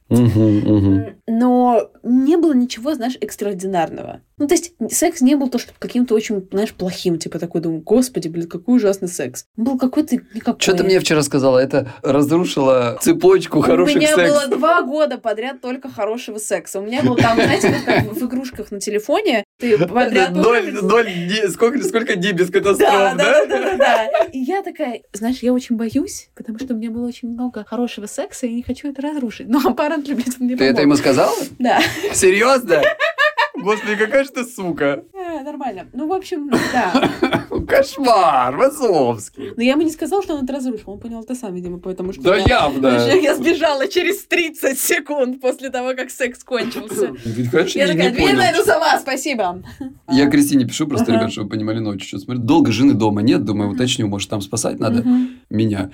Но не было ничего, знаешь, экстраординарного. Ну, то есть, секс не был то, что каким-то очень, знаешь, плохим. Типа такой, думаю, господи, блин, какой ужасный секс. Он был какой-то никакой. Что ты мне вчера сказала? Это разрушило цепочку хороших сексов. У меня было 2 года подряд только хорошего секса. У меня было там, знаете, вот как в игрушках на телефоне. Ты подряд... 0, сколько дней без катастроф, да? И я такая, знаешь, я очень боюсь, потому что у меня было очень много хорошего секса, и я не хочу это разрушить. Но аппарат любит мне помочь. Ты это ему сказала? Да. Серьезно? Господи, какая же ты сука. Нормально. Ну, в общем, да. Кошмар, Васовский. Но я ему не сказала, что он это разрушил. Он понял это сам, видимо, потому что... Да явно. Я сбежала через 30 секунд после того, как секс кончился. Конечно, я такая, дверь найду сама, спасибо. Я Кристине пишу просто, ребят, чтобы вы понимали ночью. Что смотрю, долго жены дома нет, думаю, уточню, может, там спасать надо меня.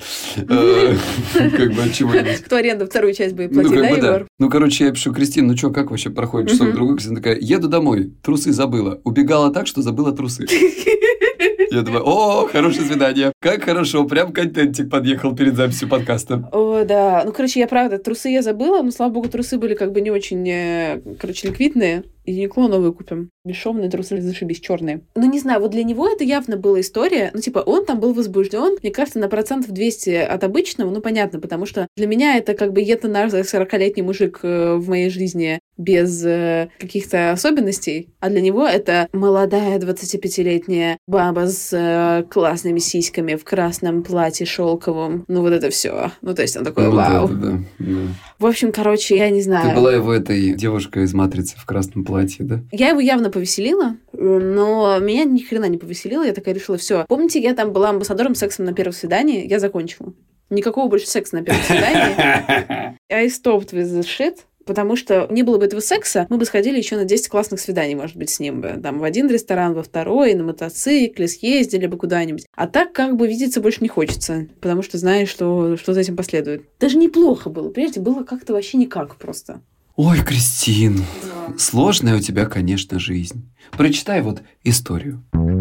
Как бы от чего-нибудь. Кто аренду 2-ю часть будет платить, да, Егор? Ну, короче, я пишу, Кристина, ну что, как вообще проходит часок-другой? Кристина такая, еду домой, трусы забыла. Убегала так, что забыла трусы. Я думаю, о, хорошее свидание. Как хорошо, прям контентик подъехал перед записью подкаста. О, да. Ну, короче, я правда, трусы я забыла, но, слава богу, трусы были как бы не очень, ликвидные. И Юникло новые купим. Бесшовные трусы, зашибись, черные. Ну, не знаю, вот для него это явно была история. Ну, типа, он там был возбужден, мне кажется, на 200% от обычного. Ну, понятно, потому что для меня это как бы это наш 40-летний мужик в моей жизни без каких-то особенностей. А для него это молодая 25-летняя баба с классными сиськами в красном платье шелковом. Ну, вот это все. Ну, то есть он такой, вау. Да. В общем, короче, я не знаю. Ты была его этой девушкой из «Матрицы» в красном платье, да? Я его явно повеселила, но меня ни хрена не повеселило. Я такая решила, все. Помните, я там была амбассадором секса на первом свидании? Я закончила. Никакого больше секса на первом свидании. I stopped with this shit. Потому что не было бы этого секса, мы бы сходили еще на 10 классных свиданий, может быть, с ним бы. Там в один ресторан, во второй, на мотоцикле, съездили бы куда-нибудь. А так как бы видеться больше не хочется, потому что знаешь, что за этим последует. Даже неплохо было, понимаете, было как-то вообще никак просто. Ой, Кристин, сложная у тебя, конечно, жизнь. Прочитай вот историю.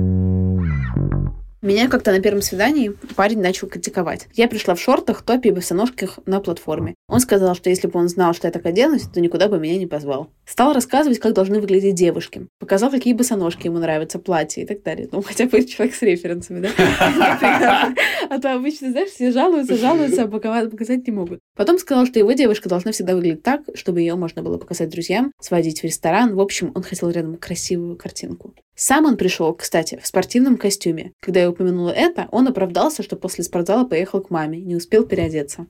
Меня как-то на первом свидании парень начал критиковать. Я пришла в шортах, топе и босоножках на платформе. Он сказал, что если бы он знал, что я так оденусь, то никуда бы меня не позвал. Стал рассказывать, как должны выглядеть девушки. Показал, какие босоножки ему нравятся, платья и так далее. Ну, хотя бы человек с референсами, да? А то обычно, знаешь, все жалуются, а показать не могут. Потом сказал, что его девушка должна всегда выглядеть так, чтобы ее можно было показать друзьям, сводить в ресторан. В общем, он хотел рядом красивую картинку. Сам он пришел, кстати, в спортивном костюме. Когда я упомянула это, он оправдался, что после спортзала поехал к маме, не успел переодеться.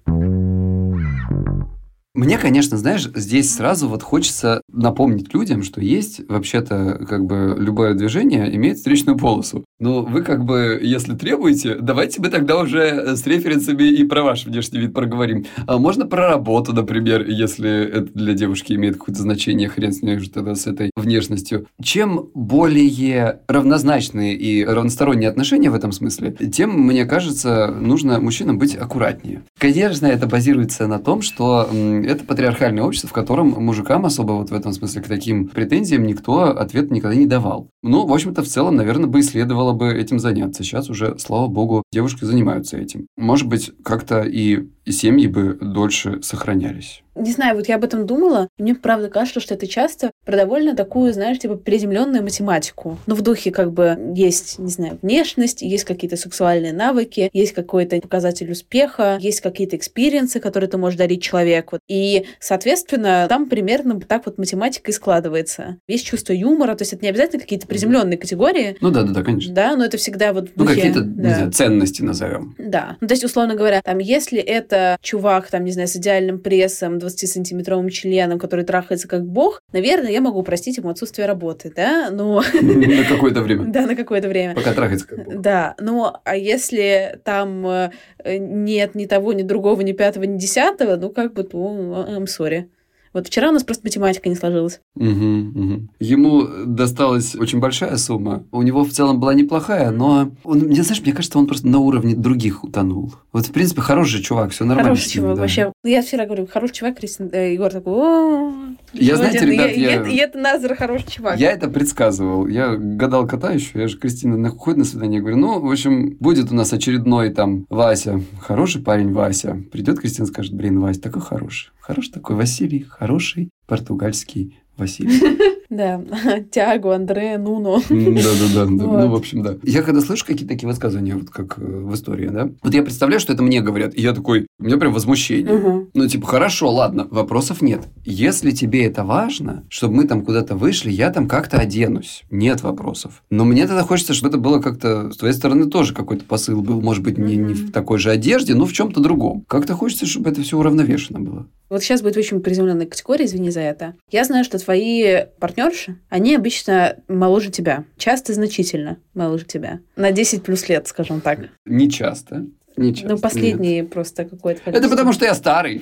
Мне, конечно, знаешь, здесь сразу вот хочется напомнить людям, что есть вообще-то как бы любое движение имеет встречную полосу. Но вы как бы, если требуете, давайте мы тогда уже с референсами и про ваш внешний вид проговорим. А можно про работу, например, если это для девушки имеет какое-то значение, хрен с ней же тогда с этой внешностью. Чем более равнозначные и равносторонние отношения в этом смысле, тем, мне кажется, нужно мужчинам быть аккуратнее. Конечно, это базируется на том, что это патриархальное общество, в котором мужикам особо вот в этом смысле к таким претензиям никто ответ никогда не давал. Ну, в общем-то, в целом, наверное, бы и следовало бы этим заняться. Сейчас уже, слава богу, девушки занимаются этим. Может быть, как-то и семьи бы дольше сохранялись. Не знаю, вот я об этом думала, и мне правда кажется, что это часто про довольно такую, знаешь, типа приземленную математику. Но в духе как бы есть, не знаю, внешность, есть какие-то сексуальные навыки, есть какой-то показатель успеха, есть какие-то экспириенсы, которые ты можешь дарить человеку. И, соответственно, там примерно так вот математика и складывается. Есть чувство юмора, то есть это не обязательно какие-то приземленные категории. Ну да, конечно. Да, но это всегда вот в духе... Ну какие-то, не знаю, ценности назовем. Да. Ну, то есть, условно говоря, там, если это чувак, там, не знаю, с идеальным прессом, 20-сантиметровым членом, который трахается как бог, наверное, я могу простить ему отсутствие работы, да, но... На какое-то время. Да, на какое-то время. Пока трахается как бог. Да, ну, а если там нет ни того, ни другого, ни пятого, ни десятого, ну, как бы, ну, I'm sorry. Вот вчера у нас просто математика не сложилась. Ему досталась очень большая сумма. У него в целом была неплохая, но мне кажется, он просто на уровне других утонул. Вот, в принципе, хороший чувак, все нормально. Хороший чувак, да. Вообще. Я вчера говорю, хороший чувак, Егор такой, я, знаете, ребят, и это Назар хороший чувак. Я это предсказывал. Я гадал кота еще. Я же Кристина ходит на свидание. Я говорю, ну, в общем, будет у нас очередной там Вася. Хороший парень Вася. Придет Кристина, скажет, блин, Вася такой хороший. Хороший такой Василий. Хороший португальский Василий. Да, Тиаго, Андре, Нуно. Да. Ну, в общем, да. Я когда слышу какие-то такие высказывания, вот как в истории, да, вот я представляю, что это мне говорят, и я такой, у меня прям возмущение. Ну, типа, хорошо, ладно, вопросов нет. Если тебе это важно, чтобы мы там куда-то вышли, я там как-то оденусь. Нет вопросов. Но мне тогда хочется, чтобы это было как-то, с твоей стороны тоже какой-то посыл был, может быть, не в такой же одежде, но в чем-то другом. Как-то хочется, чтобы это все уравновешено было. Вот сейчас будет очень приземленная категория, извини за это. Я знаю, что твои партнерши, они обычно моложе тебя. Часто значительно моложе тебя. На 10 плюс лет, скажем так. Не часто. Ничего. Ну, последний просто какой-то количество. Это потому, что я старый.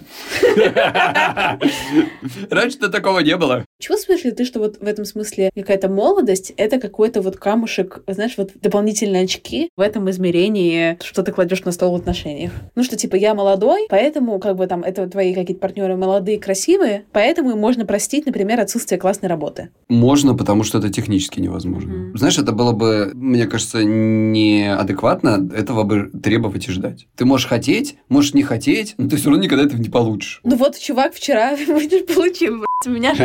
Раньше-то такого не было. Чувствуешь ли ты, что вот в этом смысле какая-то молодость — это какой-то вот камушек, знаешь, вот дополнительные очки в этом измерении, что ты кладешь на стол в отношениях? Ну, что типа я молодой, поэтому как бы там это твои какие-то партнеры молодые, красивые, поэтому им можно простить, например, отсутствие классной работы. Можно, потому что это технически невозможно. Знаешь, это было бы, мне кажется, неадекватно этого бы требовать и ждать. Ты можешь хотеть, можешь не хотеть, но ты все равно никогда этого не получишь. Ну вот, чувак вчера получил, у меня...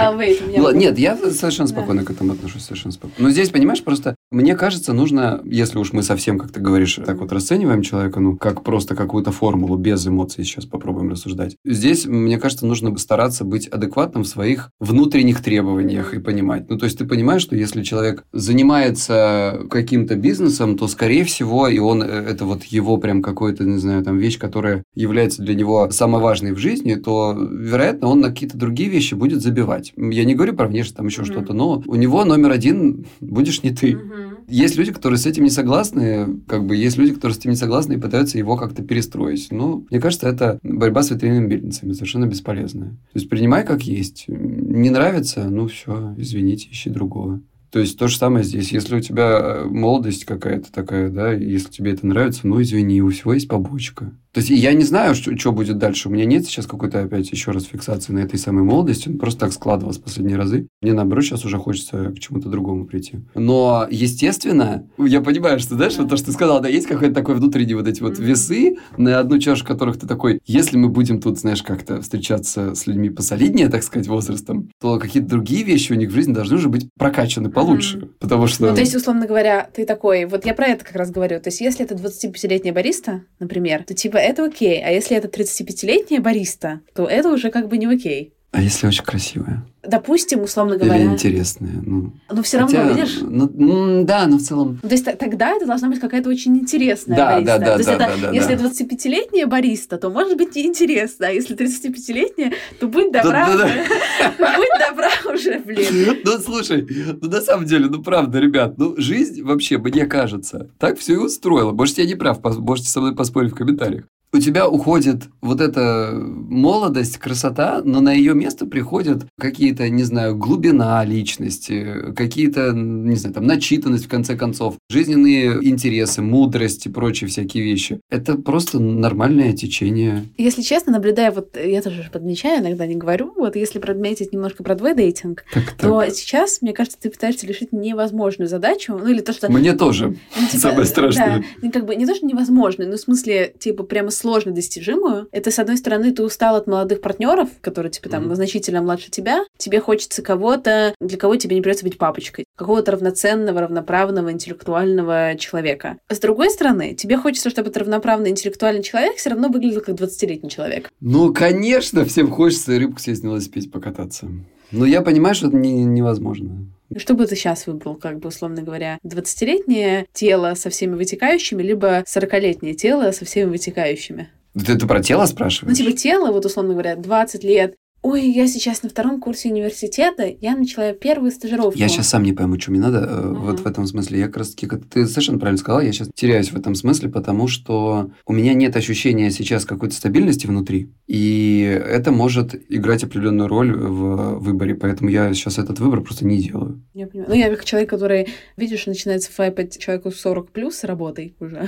Нет, я совершенно спокойно к этому отношусь, совершенно спокойно. Но здесь, понимаешь, просто мне кажется, нужно, если уж мы совсем, как ты говоришь, так вот расцениваем человека, ну, как просто какую-то формулу, без эмоций сейчас попробуем рассуждать. Здесь, мне кажется, нужно стараться быть адекватным в своих внутренних требованиях и понимать. Ну, то есть ты понимаешь, что если человек занимается каким-то бизнесом, то, скорее всего, и он, это вот его прям какой-то, не знаю, там, вещь, которая является для него самой важной в жизни, то, вероятно, он на какие-то другие вещи будет забивать. Я не говорю про внешность, там еще что-то, но у него номер один будешь не ты. Есть люди, которые с этим не согласны, как бы есть люди, которые с этим не согласны и пытаются его как-то перестроить. Ну, мне кажется, это борьба с ветряными мельницами, совершенно бесполезная. То есть принимай как есть. Не нравится, ну все, извините, ищи другого. То есть то же самое здесь. Если у тебя молодость какая-то такая, да, если тебе это нравится, ну извини, у всего есть побочка. То есть я не знаю, что будет дальше. У меня нет сейчас какой-то опять еще раз фиксации на этой самой молодости. Он просто так складывалось в последние разы. Мне, наоборот, сейчас уже хочется к чему-то другому прийти. Но, естественно, я понимаю, что, знаешь, вот то, что ты сказал, да, есть какой-то такой внутренний вот эти вот весы, на одну чашу которых ты такой, если мы будем тут, знаешь, как-то встречаться с людьми посолиднее, так сказать, возрастом, то какие-то другие вещи у них в жизни должны уже быть прокачаны получше. Потому что... Ну, то есть, условно говоря, ты такой, вот я про это как раз говорю. То есть, если это 25-летняя бариста, например, то типа это окей. А если это 35-летняя бариста, то это уже как бы не окей. А если очень красивая? Допустим, условно говоря... Или интересная. Ну, но все равно, видишь? Ну, да, но в целом... То есть тогда это должна быть какая-то очень интересная бариста. Да, то есть если 25-летняя бариста, то может быть неинтересно. А если 35-летняя, то будь добра уже. Будь добра уже, блин. Ну, слушай, ну, на самом деле, ну, правда, ребят, ну, жизнь вообще, мне кажется, так все и устроила. Может, я не прав, можете со мной поспорить в комментариях. У тебя уходит вот эта молодость, красота, но на ее место приходят какие-то, не знаю, глубина личности, какие-то, не знаю, там, начитанность, в конце концов, жизненные интересы, мудрость и прочие всякие вещи. Это просто нормальное течение. Если честно, наблюдая, вот я тоже подмечаю, иногда не говорю, вот если подметить немножко про двой-дейтинг, то сейчас, мне кажется, ты пытаешься решить невозможную задачу, ну или то, что... Мне тоже, ну, типа, самое страшное. Да, как бы не то, что невозможную, но в смысле, типа, прямо сложно достижимую. Это, с одной стороны, ты устал от молодых партнеров, которые, типа, там, значительно младше тебя. Тебе хочется кого-то, для кого тебе не придется быть папочкой. Какого-то равноценного, равноправного, интеллектуального человека. А с другой стороны, тебе хочется, чтобы этот равноправный, интеллектуальный человек все равно выглядел как 20-летний человек. Ну, конечно, всем хочется рыбку сесть на велосипеде покататься. Но я понимаю, что это невозможно. Что бы ты сейчас выбрал, как бы, условно говоря, 20-летнее тело со всеми вытекающими, либо 40-летнее тело со всеми вытекающими? Ты про тело спрашиваешь? Ну, типа тело, вот, условно говоря, 20 лет. Ой, я сейчас на 2-м курсе университета, я начала первую стажировку. Я сейчас сам не пойму, что мне надо вот в этом смысле. Я как раз таки, как ты совершенно правильно сказала, я сейчас теряюсь в этом смысле, потому что у меня нет ощущения сейчас какой-то стабильности внутри, и это может играть определенную роль в выборе, поэтому я сейчас этот выбор просто не делаю. Я понимаю. Ну, я как человек, который, видишь, начинает свайпать человеку 40+ с работой уже.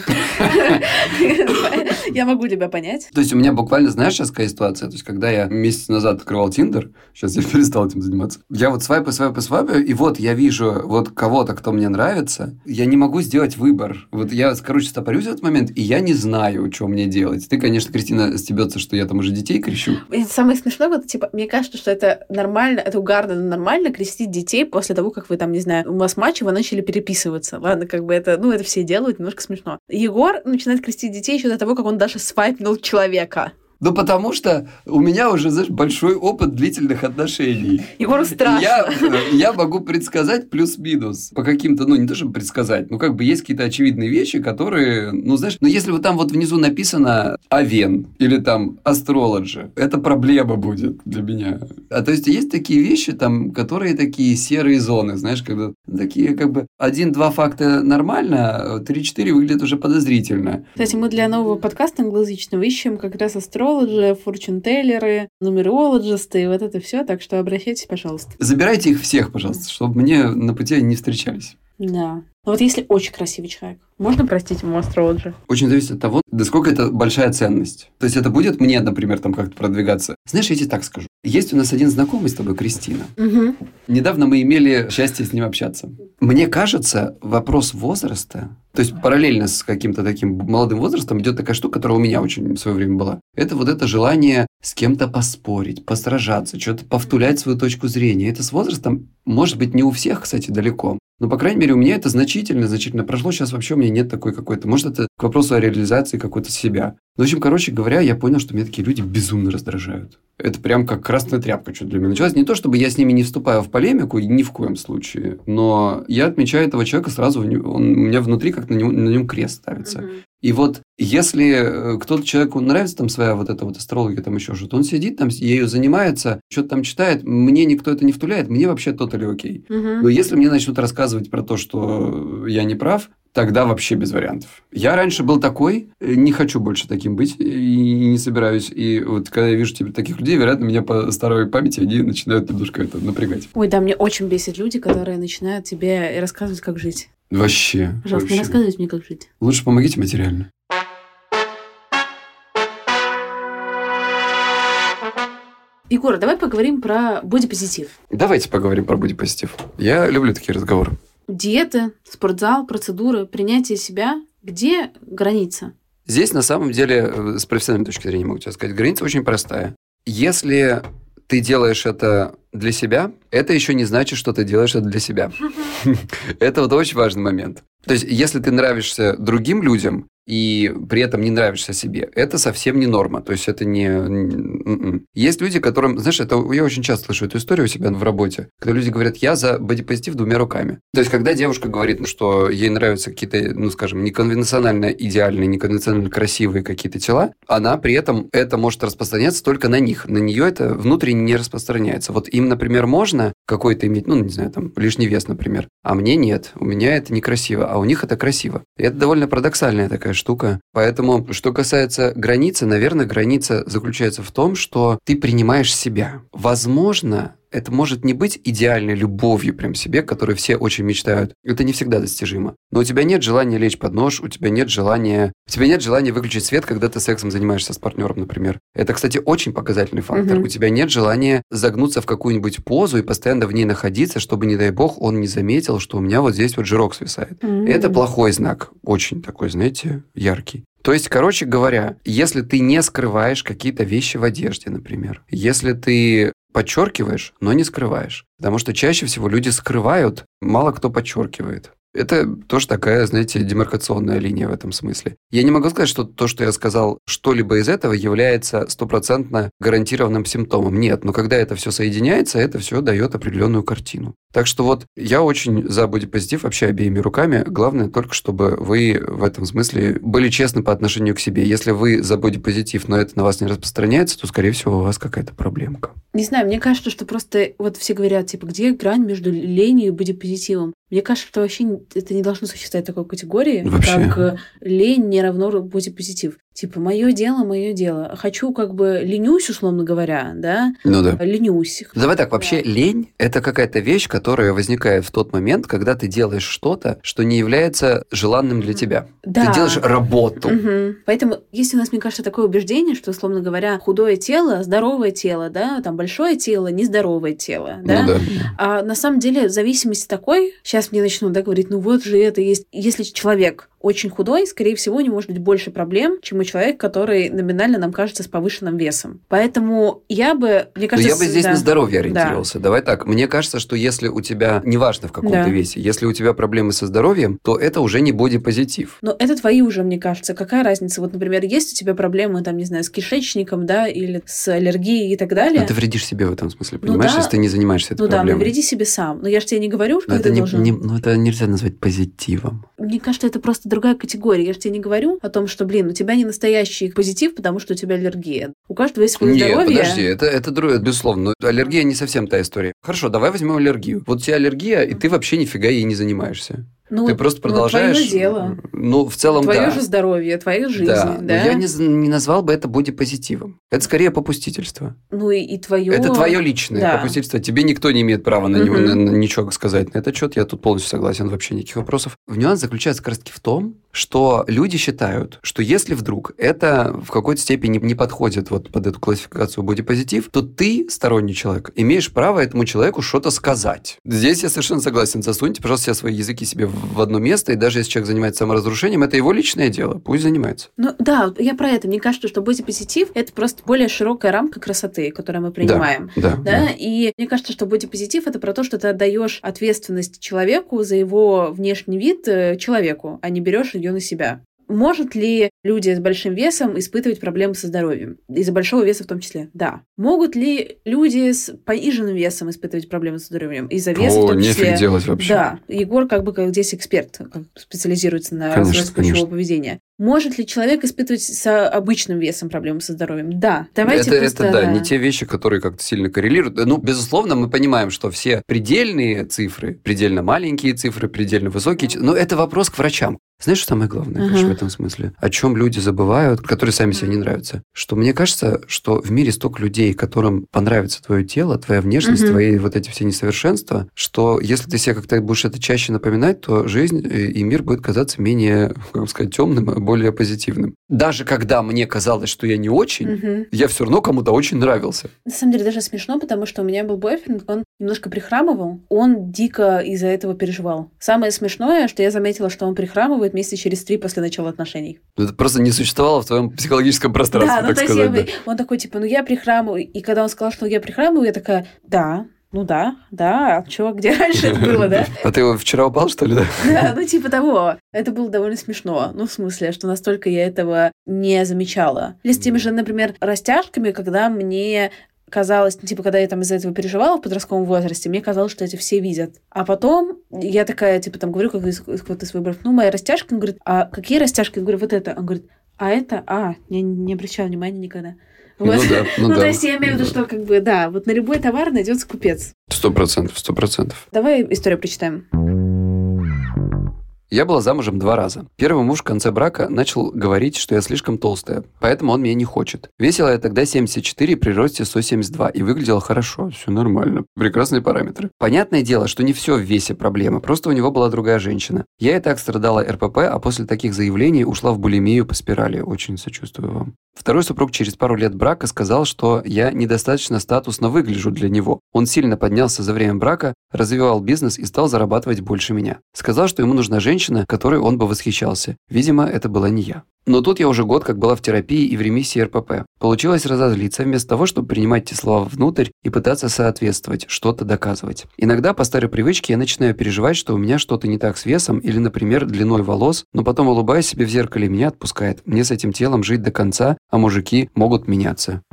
Я могу тебя понять. То есть у меня буквально, знаешь, сейчас какая ситуация? То есть когда я месяц назад открывал Тиндер, сейчас я перестал этим заниматься. Я вот свайпаю, и вот я вижу вот кого-то, кто мне нравится, я не могу сделать выбор. Вот я, короче, стопорюсь в этот момент, и я не знаю, что мне делать. Ты, конечно, Кристина, стебется, что я там уже детей крещу. И самое смешное, вот, типа, мне кажется, что это нормально, это угарно, нормально крестить детей после того, как вы там, не знаю, у вас матч, вы начали переписываться. Ладно, как бы это, ну, это все делают, немножко смешно. Егор начинает крестить детей еще до того, как он даже свайпнул человека. Ну, потому что у меня уже, знаешь, большой опыт длительных отношений. Егору страшно. Я могу предсказать плюс-минус по каким-то, ну, не то, чтобы предсказать, но как бы есть какие-то очевидные вещи, которые, ну, знаешь, ну, если вот там вот внизу написано «Авен» или там «Астрологи», это проблема будет для меня. А то есть есть такие вещи, там, которые такие серые зоны, знаешь, когда такие как бы 1-2 факта нормально, 3-4 выглядят уже подозрительно. Кстати, мы для нового подкаста англоязычного ищем как раз астрологи, форчун-теллеры, нумерологисты и вот это все, так что обращайтесь, пожалуйста. Забирайте их всех, пожалуйста, чтобы мне на пути они не встречались. Да. Но вот если очень красивый человек, можно простить ему астрологи? Очень зависит от того, насколько это большая ценность. То есть это будет мне, например, там как-то продвигаться. Знаешь, я тебе так скажу. Есть у нас один знакомый с тобой, Кристина. Угу. Недавно мы имели счастье с ним общаться. Мне кажется, вопрос возраста, то есть параллельно с каким-то таким молодым возрастом идет такая штука, которая у меня очень в свое время была. Это вот это желание с кем-то поспорить, посражаться, что-то повтулять свою точку зрения. Это с возрастом, может быть, не у всех, кстати, далеко. Но, по крайней мере, у меня это значительно прошло. Сейчас вообще у меня нет такой какой-то... Может, это к вопросу о реализации какой-то себя. В общем, короче говоря, я понял, что меня такие люди безумно раздражают. Это прям как красная тряпка что-то для меня началось. Не то, чтобы я с ними не вступаю в полемику, ни в коем случае. Но я отмечаю этого человека сразу, у меня внутри как на нем крест ставится. И вот если кто-то человеку нравится там своя вот эта вот астрология, там еще что-то, он сидит там, ею занимается, что-то там читает, мне никто это не втуляет, мне вообще тотали окей. Но если мне начнут рассказывать про то, что я не прав, тогда вообще без вариантов. Я раньше был такой, не хочу больше таким быть и не собираюсь. И вот когда я вижу теперь таких людей, вероятно, меня по старой памяти они начинают немножко это напрягать. Ой, да, мне очень бесит люди, которые начинают тебе рассказывать, как жить. Вообще. Пожалуйста, вообще. не рассказывайте мне, как жить. Лучше помогите материально. Егор, давай поговорим про бодипозитив. Давайте поговорим про бодипозитив. Я люблю такие разговоры. Диеты, спортзал, процедуры, принятие себя. Где граница? Здесь, на самом деле, с профессиональной точки зрения могу тебе сказать, граница очень простая. Если ты делаешь это для себя, это еще не значит, что ты делаешь это для себя. Это вот очень важный момент. То есть, если ты нравишься другим людям и при этом не нравишься себе, это совсем не норма. То есть, это не... Есть люди, которым... Знаешь, это я очень часто слышу эту историю у себя в работе, когда люди говорят, я за бодипозитив 2 руками. То есть, когда девушка говорит, что ей нравятся какие-то, ну, скажем, неконвенционально идеальные, неконвенционально красивые какие-то тела, она при этом это может распространяться только на них. На нее это внутренне не распространяется. Вот им, например, можно какой-то иметь, ну, не знаю, там, лишний вес, например, а мне нет. У меня это некрасиво, а у них это красиво. И это довольно парадоксальная такая штука. Поэтому, что касается границы, наверное, граница заключается в том, что ты принимаешь себя. Возможно, это может не быть идеальной любовью прям себе, которой все очень мечтают. Это не всегда достижимо. Но у тебя нет желания лечь под нож, у тебя нет желания выключить свет, когда ты сексом занимаешься с партнером, например. Это, кстати, очень показательный фактор. У тебя нет желания загнуться в какую-нибудь позу и постоянно в ней находиться, чтобы, не дай бог, он не заметил, что у меня вот здесь вот жирок свисает. Это плохой знак. Очень такой, знаете, яркий. То есть, короче говоря, если ты не скрываешь какие-то вещи в одежде, например, если ты подчеркиваешь, но не скрываешь, потому что чаще всего люди скрывают, мало кто подчеркивает. Это тоже такая, знаете, демаркационная линия в этом смысле. Я не могу сказать, что то, что я сказал, что-либо из этого является 100% гарантированным симптомом. Нет, но когда это все соединяется, это все дает определенную картину. Так что вот я очень за бодипозитив вообще обеими руками. Главное только, чтобы вы в этом смысле были честны по отношению к себе. Если вы за бодипозитив, но это на вас не распространяется, то, скорее всего, у вас какая-то проблемка. Не знаю, мне кажется, что просто вот все говорят, типа, где грань между ленью и бодипозитивом? Мне кажется, что вообще это не должно существовать такой категории, вообще. Как лень не равно бодипозитив. Типа, мое дело. Хочу, как бы, ленюсь, условно говоря, да? Ну да. Ленюсь. Давай так, вообще лень – это какая-то вещь, которая возникает в тот момент, когда ты делаешь что-то, что не является желанным для тебя. Да. Ты делаешь работу. Поэтому есть у нас, мне кажется, такое убеждение, что, условно говоря, худое тело, здоровое тело, да, там большое тело, нездоровое тело, да? Ну да. А на самом деле зависимость такой, сейчас мне начнут, да, говорить, ну вот же это есть, если человек очень худой, скорее всего, у него может быть больше проблем, чем у человека, который номинально нам кажется с повышенным весом. Поэтому мне кажется... Я бы здесь на здоровье ориентировался. Да. Давай так. Мне кажется, что если у тебя, неважно в каком ты весе, если у тебя проблемы со здоровьем, то это уже не бодипозитив. Но это твои уже, мне кажется. Какая разница? Вот, например, есть у тебя проблемы, там, не знаю, с кишечником, да, или с аллергией и так далее. Но ты вредишь себе в этом смысле, понимаешь, если ты не занимаешься этой проблемой. Ну вреди себе сам. Но я же тебе не говорю, что ты должен... это нельзя назвать позитивом. Мне кажется, это просто другая категория. Я же тебе не говорю о том, что, у тебя не настоящий позитив, потому что у тебя аллергия. У каждого есть свое здоровье. Нет, подожди, это другое, безусловно. Но аллергия не совсем та история. Хорошо, давай возьмем аллергию. Вот у тебя аллергия, и ты вообще нифига ей не занимаешься. Ты просто продолжаешь... твое дело. В целом, твое же здоровье, твоя жизнь. Да. Но я не назвал бы это бодипозитивом. Это скорее попустительство. И твое... Это твое личное попустительство. Тебе никто не имеет права на него ничего сказать на этот счет. Я тут полностью согласен, вообще никаких вопросов. Нюанс заключается как раз таки в том, что люди считают, что если вдруг это в какой-то степени не подходит под эту классификацию бодипозитив, то ты, сторонний человек, имеешь право этому человеку что-то сказать. Здесь я совершенно согласен. Засуньте, пожалуйста, все свои языки себе в одно место, и даже если человек занимается саморазрушением, это его личное дело, пусть занимается. Я про это. Мне кажется, что бодипозитив – это просто более широкая рамка красоты, которую мы принимаем. Да. И мне кажется, что бодипозитив – это про то, что ты отдаешь ответственность человеку за его внешний вид человеку, а не берешь ее на себя. Может ли люди с большим весом испытывать проблемы со здоровьем? Из-за большого веса в том числе? Да. Могут ли люди с пониженным весом испытывать проблемы со здоровьем? Из-за веса в том числе? Нефиг делать вообще. Да. Егор как здесь эксперт, специализируется на расстройстве пищевого поведения. Может ли человек испытывать с обычным весом проблемы со здоровьем? Да. Давайте это не те вещи, которые как-то сильно коррелируют. Безусловно, мы понимаем, что все предельные цифры, предельно маленькие цифры, предельно высокие, но это вопрос к врачам. Знаешь, что самое главное, конечно, в этом смысле? О чем люди забывают, которые сами себе не нравятся? Что мне кажется, что в мире столько людей, которым понравится твое тело, твоя внешность, твои вот эти все несовершенства, что если ты себе как-то будешь это чаще напоминать, то жизнь и мир будет казаться менее, темным, а более позитивным. Даже когда мне казалось, что я не очень, я все равно кому-то очень нравился. На самом деле даже смешно, потому что у меня был бойфренд, он немножко прихрамывал, он дико из-за этого переживал. Самое смешное, что я заметила, что он прихрамывает месяца через 3 после начала отношений. Это просто не существовало в твоем психологическом пространстве, так сказать. Он такой, я прихрамываю. И когда он сказал, что я прихрамываю, я такая, да, а чё, где раньше это было, да? А ты вчера упал, что ли, да? Да, того. Это было довольно смешно. В смысле, что настолько я этого не замечала. Или с теми же, например, растяжками, когда мне казалось, когда я из-за этого переживала в подростковом возрасте, мне казалось, что эти все видят. А потом я такая, говорю, как из свой брат, моя растяжка. Он говорит, а какие растяжки? Я говорю, вот это. Он говорит, а это? Я не обращала внимания никогда. Вот. То есть я имею в виду, что на любой товар найдется купец. 100%. Давай историю прочитаем. Я была замужем 2 раза. Первый муж в конце брака начал говорить, что я слишком толстая, поэтому он меня не хочет. Весила я тогда 74 при росте 172 и выглядела хорошо, все нормально. Прекрасные параметры. Понятное дело, что не все в весе проблемы, просто у него была другая женщина. Я и так страдала РПП, а после таких заявлений ушла в булимию по спирали. Очень сочувствую вам. Второй супруг через пару лет брака сказал, что я недостаточно статусно выгляжу для него. Он сильно поднялся за время брака, развивал бизнес и стал зарабатывать больше меня. Сказал, что ему нужна женщина, которой он бы восхищался. Видимо, это была не я. Но тут я уже год как была в терапии и в ремиссии РПП. Получилось разозлиться вместо того, чтобы принимать те слова внутрь и пытаться соответствовать, что-то доказывать. Иногда по старой привычке я начинаю переживать, что у меня что-то не так с весом или, например, длиной волос, но потом улыбаюсь себе в зеркале и меня отпускает. Мне с этим телом жить до конца, а мужики могут меняться.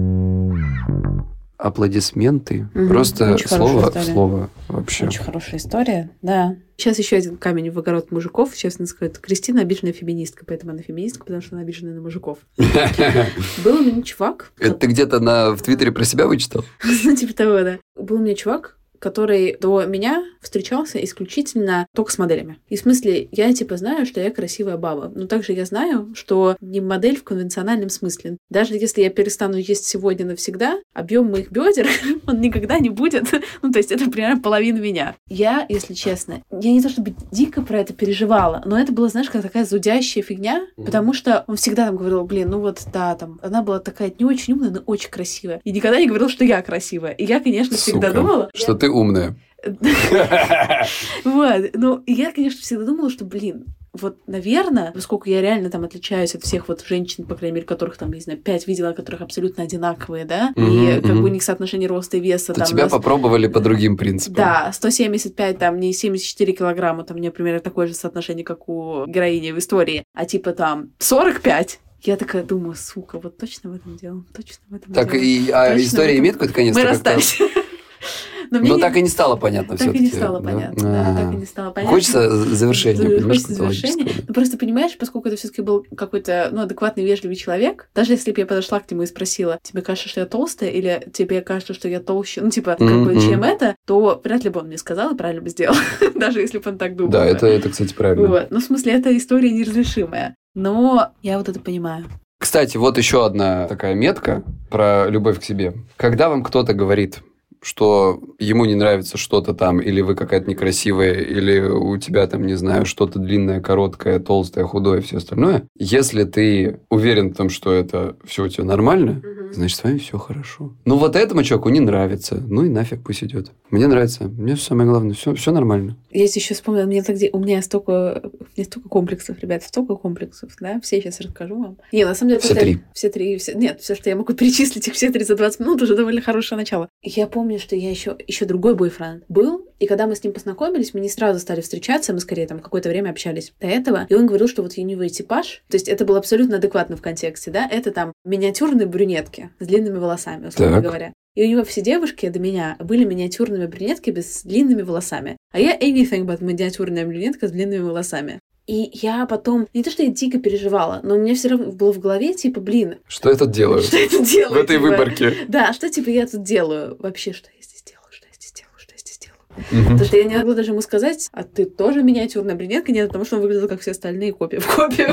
Аплодисменты. Просто слово в слово вообще. Очень хорошая история, да. Сейчас еще один камень в огород мужиков. Честно сказать, Кристина обиженная феминистка, поэтому она феминистка, потому что она обиженная на мужиков. Был у меня чувак... Это ты где-то в Твиттере про себя вычитал? Типа того, да. Был у меня чувак, который до меня встречался исключительно только с моделями. И в смысле, я знаю, что я красивая баба. Но также я знаю, что не модель в конвенциональном смысле. Даже если я перестану есть сегодня навсегда, объем моих бедер, он никогда не будет. То есть это примерно половина меня. Я, если честно, я не то чтобы дико про это переживала, но это было, знаешь, как такая зудящая фигня, потому что он всегда говорил, она была такая не очень умная, но очень красивая. И никогда не говорил, что я красивая. И я, конечно, всегда думала... Что ты умная. Вот. Но я, конечно, всегда думала, что, вот, наверное, поскольку я реально там отличаюсь от всех вот женщин, по крайней мере, которых там, не знаю, 5 видела, которых абсолютно одинаковые, да, и как бы у них соотношение роста и веса. То там, тебя попробовали по другим принципам. Да, 175, там, не 74 килограмма, там, у меня примерно такое же соотношение, как у героини в истории, а типа там 45. Я такая думаю, сука, вот точно в этом дело, точно в этом дело. Так, история имеет какой-то конец? Мы расстались. Но так и не стало понятно все-таки. Так и не стало понятно, да, так и не стало понятно. Хочется завершения, Хочется завершения. Но просто понимаешь, поскольку это все-таки был какой-то, адекватный, вежливый человек, даже если бы я подошла к нему и спросила, тебе кажется, что я толстая, или тебе кажется, что я толще, чем это, то вряд ли бы он мне сказал и правильно бы сделал, даже если бы он так думал. Да, это, кстати, правильно. Вот. Ну, в смысле, это история неразрешимая. Но я вот это понимаю. Кстати, вот еще одна такая метка про любовь к себе. Когда вам кто-то говорит, что ему не нравится что-то там, или вы какая-то некрасивая, или у тебя там, не знаю, что-то длинное, короткое, толстое, худое, все остальное. Если ты уверен в том, что это все у тебя нормально, значит, с вами все хорошо. Ну, вот этому человеку не нравится. Ну и нафиг пусть идет. Мне нравится. Мне самое главное, все нормально. Я еще вспомнила, у меня столько комплексов, ребят, столько комплексов, да? Все сейчас расскажу вам. Не, на самом деле... Все три. Нет, все, что я могу перечислить, их все три за 20 минут, уже довольно хорошее начало. Я помню, что я еще другой бойфренд был, и когда мы с ним познакомились, мы не сразу стали встречаться, мы скорее там какое-то время общались до этого, и он говорил, что вот у него типаж, то есть это было абсолютно адекватно в контексте, да, это там миниатюрные брюнетки с длинными волосами, условно говоря. И у него все девушки до меня были миниатюрными брюнетками с длинными волосами. А я anything but миниатюрная брюнетка с длинными волосами. И я потом... Не то, что я дико переживала, но у меня все равно было в голове, типа, блин... Что я тут делаю? Что я тут делаю? В этой выборке. Да, что, типа, я тут делаю? Вообще, что я здесь делаю? Потому что я не могла даже ему сказать, а ты тоже миниатюрная брюнетка? Нет, потому что он выглядел, как все остальные, копия в копию.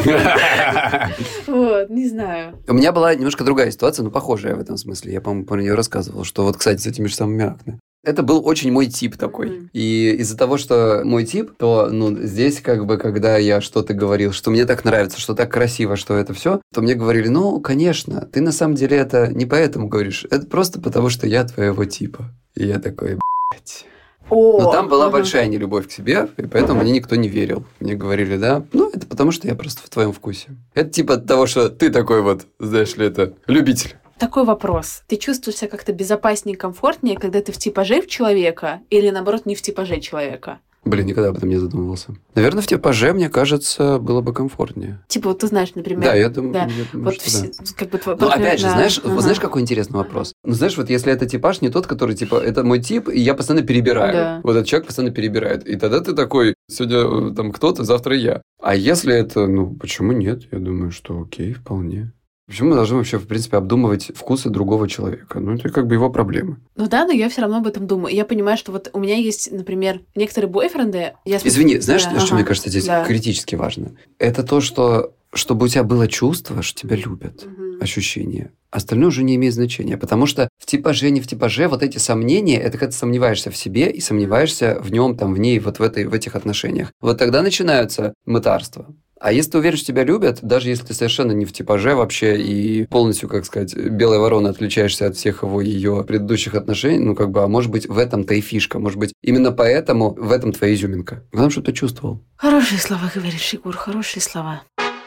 Вот, не знаю. У меня была немножко другая ситуация, но похожая в этом смысле. Я, по-моему, про нее рассказывал, что вот, кстати, с этими же самыми акне. Это был очень мой тип такой. И из-за того, что мой тип, то, здесь как бы, когда я что-то говорил, что мне так нравится, что так красиво, что это все, то мне говорили, конечно, ты на самом деле это не поэтому говоришь, это просто потому, что я твоего типа. И я такой, блядь. Но там была большая нелюбовь к себе, и поэтому мне никто не верил. Мне говорили, да, это потому, что я просто в твоем вкусе. Это типа того, что ты такой вот, знаешь ли, это любитель. Такой вопрос. Ты чувствуешь себя как-то безопаснее, комфортнее, когда ты в типаже человека или, наоборот, не в типаже человека? Блин, никогда об этом не задумывался. Наверное, в типаже, мне кажется, было бы комфортнее. Типа, вот ты знаешь, например... Да, я думаю, вот что да. Как бы Но опять же, знаешь, какой интересный вопрос? Знаешь, вот если это типаж не тот, который, типа, это мой тип, и я постоянно перебираю. Да. Вот этот человек постоянно перебирает. И тогда ты такой, сегодня там кто-то, завтра я. А если это, почему нет? Я думаю, что окей, вполне. Почему мы должны вообще, в принципе, обдумывать вкусы другого человека? Это как бы его проблемы. Но я все равно об этом думаю. И я понимаю, что вот у меня есть, например, некоторые бойфренды... Извини, знаешь, что мне кажется здесь критически важно? Это то, что чтобы у тебя было чувство, что тебя любят, ощущение. Остальное уже не имеет значения. Потому что в типаже, не в типаже, вот эти сомнения, это когда ты сомневаешься в себе и сомневаешься в нем, в ней, вот в этих отношениях. Вот тогда начинаются мытарства. А если ты уверен, что тебя любят, даже если ты совершенно не в типаже вообще и полностью, как сказать, белая ворона, отличаешься от всех ее предыдущих отношений, а может быть, в этом-то и фишка. Может быть, именно поэтому в этом твоя изюминка. Главное, чтобы ты чувствовал. Хорошие слова говоришь, Егор, хорошие слова.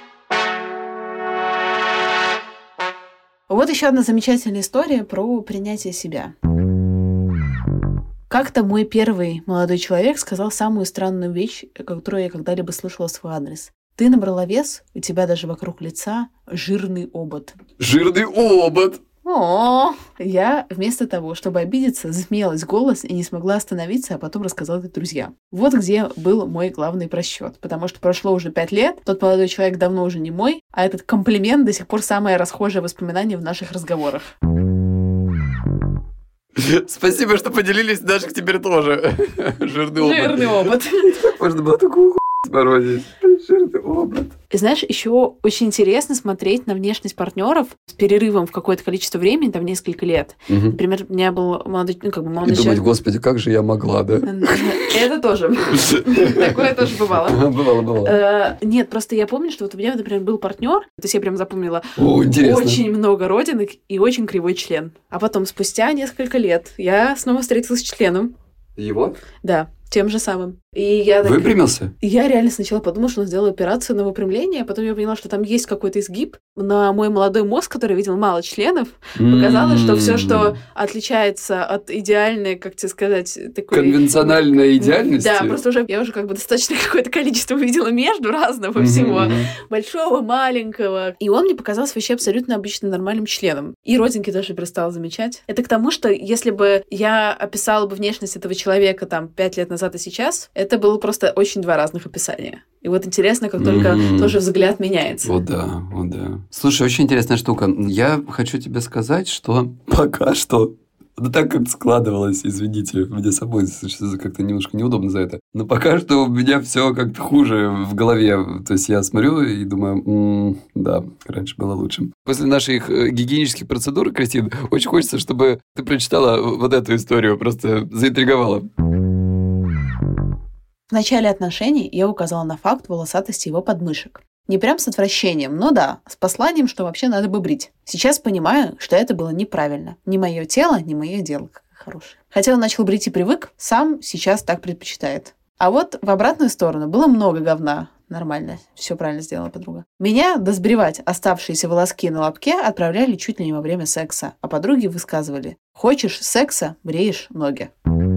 Вот еще одна замечательная история про принятие себя. Как-то мой первый молодой человек сказал самую странную вещь, которую я когда-либо слышала в свой адрес. Ты набрала вес, у тебя даже вокруг лица жирный обод. Жирный обод! Я вместо того, чтобы обидеться, засмеялась в голос и не смогла остановиться, а потом рассказала это друзьям. Вот где был мой главный просчет. Потому что прошло уже 5 лет, тот молодой человек давно уже не мой, а этот комплимент до сих пор самое расхожее воспоминание в наших разговорах. Спасибо, что поделились, даже теперь тоже. Жирный обод. Можно было такую сморозить. Жирный обод. И знаешь, еще очень интересно смотреть на внешность партнеров с перерывом в какое-то количество времени, там несколько лет. Например, у меня был молодой И думать, господи, как же я могла, да? Это тоже. Такое тоже бывало. Бывало. Нет, просто я помню, что вот у меня, например, был партнер, то есть я прям запомнила, интересно. Очень много родинок и очень кривой член. А потом, спустя несколько лет, я снова встретилась с членом. Его? Да, тем же самым. И я так... Выпрямился? Я реально сначала подумала, что он сделал операцию на выпрямление, а потом я поняла, что там есть какой-то изгиб. На мой молодой мозг, который видел мало членов, показалось, что все, что отличается от идеальной, как тебе сказать, такой... Конвенциональной идеальности? Да, просто я уже как бы достаточно какое-то количество увидела между разного всего. Большого, маленького. И он мне показался вообще абсолютно обычным нормальным членом. И родинки даже перестала замечать. Это к тому, что если бы я описала бы внешность этого человека там 5 лет назад и сейчас, это было просто очень два разных описания. И вот интересно, как только тоже взгляд меняется. Вот да, вот да. Слушай, очень интересная штука. Я хочу тебе сказать, что пока что, да так как складывалось, извините, мне самой как-то немножко неудобно за это, но пока что у меня все как-то хуже в голове. То есть я смотрю и думаю, да, раньше было лучше. После наших гигиенических процедур, Кристин, очень хочется, чтобы ты прочитала вот эту историю, просто заинтриговала. В начале отношений я указала на факт волосатости его подмышек. Не прям с отвращением, но да, с посланием, что вообще надо бы брить. Сейчас понимаю, что это было неправильно. Ни мое тело, ни мое дело. Какая хорошая. Хотя он начал брить и привык, сам сейчас так предпочитает. А вот в обратную сторону было много говна. Нормально, все правильно сделала подруга. Меня досбривать оставшиеся волоски на лобке отправляли чуть ли не во время секса, а подруги высказывали: «Хочешь секса, бреешь ноги».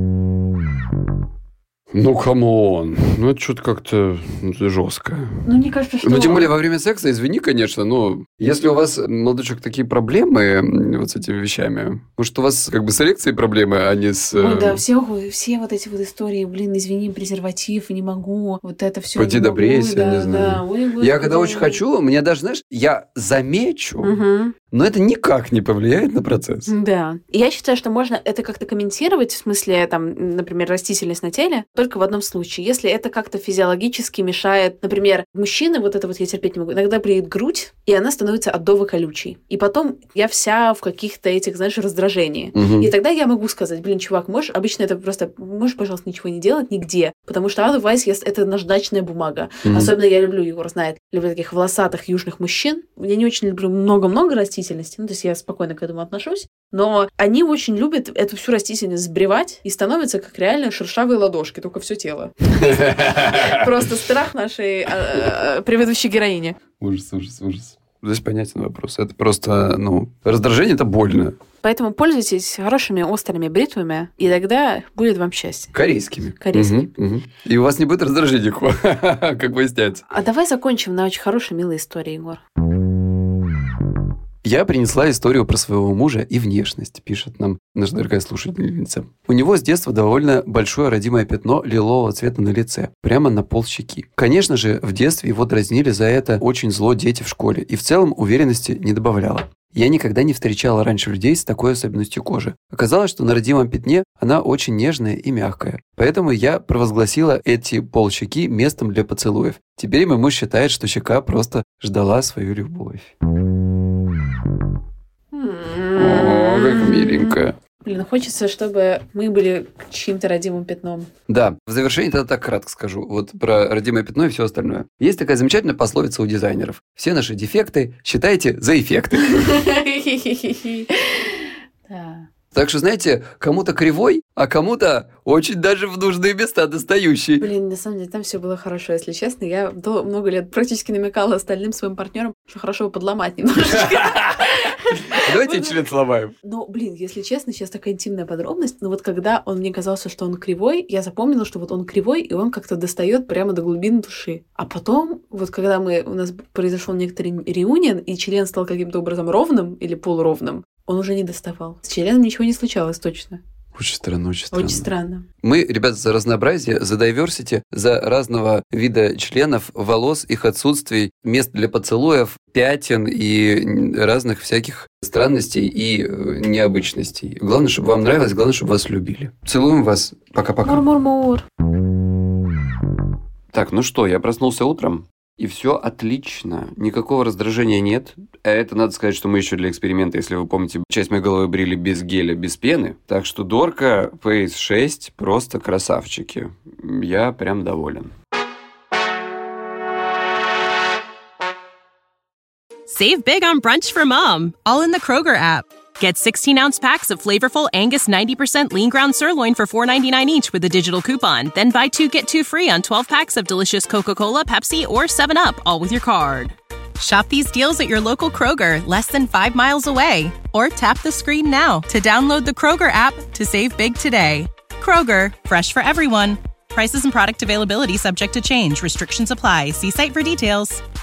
Ну, камон. Ну, это что-то как-то жестко. Ну, мне кажется, что... Ну, тем более во время секса, извини, конечно, но если у вас, молодой человек, такие проблемы вот с этими вещами, может, у вас как бы с эрекцией проблемы, а не с... Ой, да, все вот эти вот истории, извини, презерватив, не могу, вот это все. Пойти добрейся, да, не знаю. Да. Ой, я когда очень хочу, мне даже, знаешь, я замечу, но это никак не повлияет на процесс. Да. И я считаю, что можно это как-то комментировать, в смысле, там, например, растительность на теле, только в одном случае. Если это как-то физиологически мешает, например, мужчины, вот это вот я терпеть не могу, иногда бреет грудь, и она становится адово-колючей. И потом я вся в каких-то этих, знаешь, раздражениях. И тогда я могу сказать: блин, чувак, можешь, обычно это просто, можешь, пожалуйста, ничего не делать нигде, потому что otherwise это наждачная бумага. Особенно я люблю, Егор знает, люблю таких волосатых южных мужчин. Я не очень люблю много-много растительности, ну, то есть я спокойно к этому отношусь, но они очень любят эту всю растительность сбривать и становятся как реально шершавые ладошки, только все тело. Просто страх нашей предыдущей героини. Ужас. Здесь понятен вопрос. Это просто, раздражение – это больно. Поэтому пользуйтесь хорошими острыми бритвами, и тогда будет вам счастье. Корейскими. Угу. И у вас не будет раздражения, как выясняется. А давай закончим на очень хорошей, милой истории, Егор. Я принесла историю про своего мужа и внешность, пишет нам наша дорогая слушательница. У него с детства довольно большое родимое пятно лилового цвета на лице, прямо на полщеки. Конечно же, в детстве его дразнили за это очень зло дети в школе, и в целом уверенности не добавляло. Я никогда не встречала раньше людей с такой особенностью кожи. Оказалось, что на родимом пятне она очень нежная и мягкая. Поэтому я провозгласила эти полщеки местом для поцелуев. Теперь мой муж считает, что щека просто ждала свою любовь. О, как миленько. Блин, хочется, чтобы мы были чьим-то родимым пятном. Да, в завершении тогда так кратко скажу. Вот про родимое пятно и все остальное. Есть такая замечательная пословица у дизайнеров. Все наши дефекты считайте за эффекты. Да. Так что, знаете, кому-то кривой, а кому-то очень даже в нужные места достающий. Блин, на самом деле, там все было хорошо, если честно. Я много лет практически намекала остальным своим партнерам, что хорошо бы подломать немножечко. Давайте член сломаем. Но, блин, если честно, сейчас такая интимная подробность, но вот когда мне казалось, что он кривой, я запомнила, что вот он кривой, и он как-то достает прямо до глубин души. А потом, вот когда у нас произошел некоторый реюнион, и член стал каким-то образом ровным или полуровным, он уже не доставал. С членом ничего не случалось точно. Очень странно, очень странно. Очень странно. Мы, ребята, за разнообразие, за diversity, за разного вида членов, волос, их отсутствий, мест для поцелуев, пятен и разных всяких странностей и необычностей. Главное, чтобы вам нравилось, главное, чтобы вас любили. Целуем вас. Пока-пока. Мур-мур-мур. Так, ну что, я проснулся утром. И все отлично. Никакого раздражения нет. А это надо сказать, что мы еще для эксперимента, если вы помните, часть моей головы брили без геля, без пены. Так что Дорка, Pace 6 просто красавчики. Я прям доволен. Save big on brunch for mom, all in the Kroger app. Get 16-ounce packs of flavorful Angus 90% lean ground sirloin for $4.99 each with a digital coupon. Then buy 2, get 2 free on 12 packs of delicious Coca-Cola, Pepsi, or 7-Up, all with your card. Shop these deals at your local Kroger, less than 5 miles away. Or tap the screen now to download the Kroger app to save big today. Kroger, fresh for everyone. Prices and product availability subject to change. Restrictions apply. See site for details.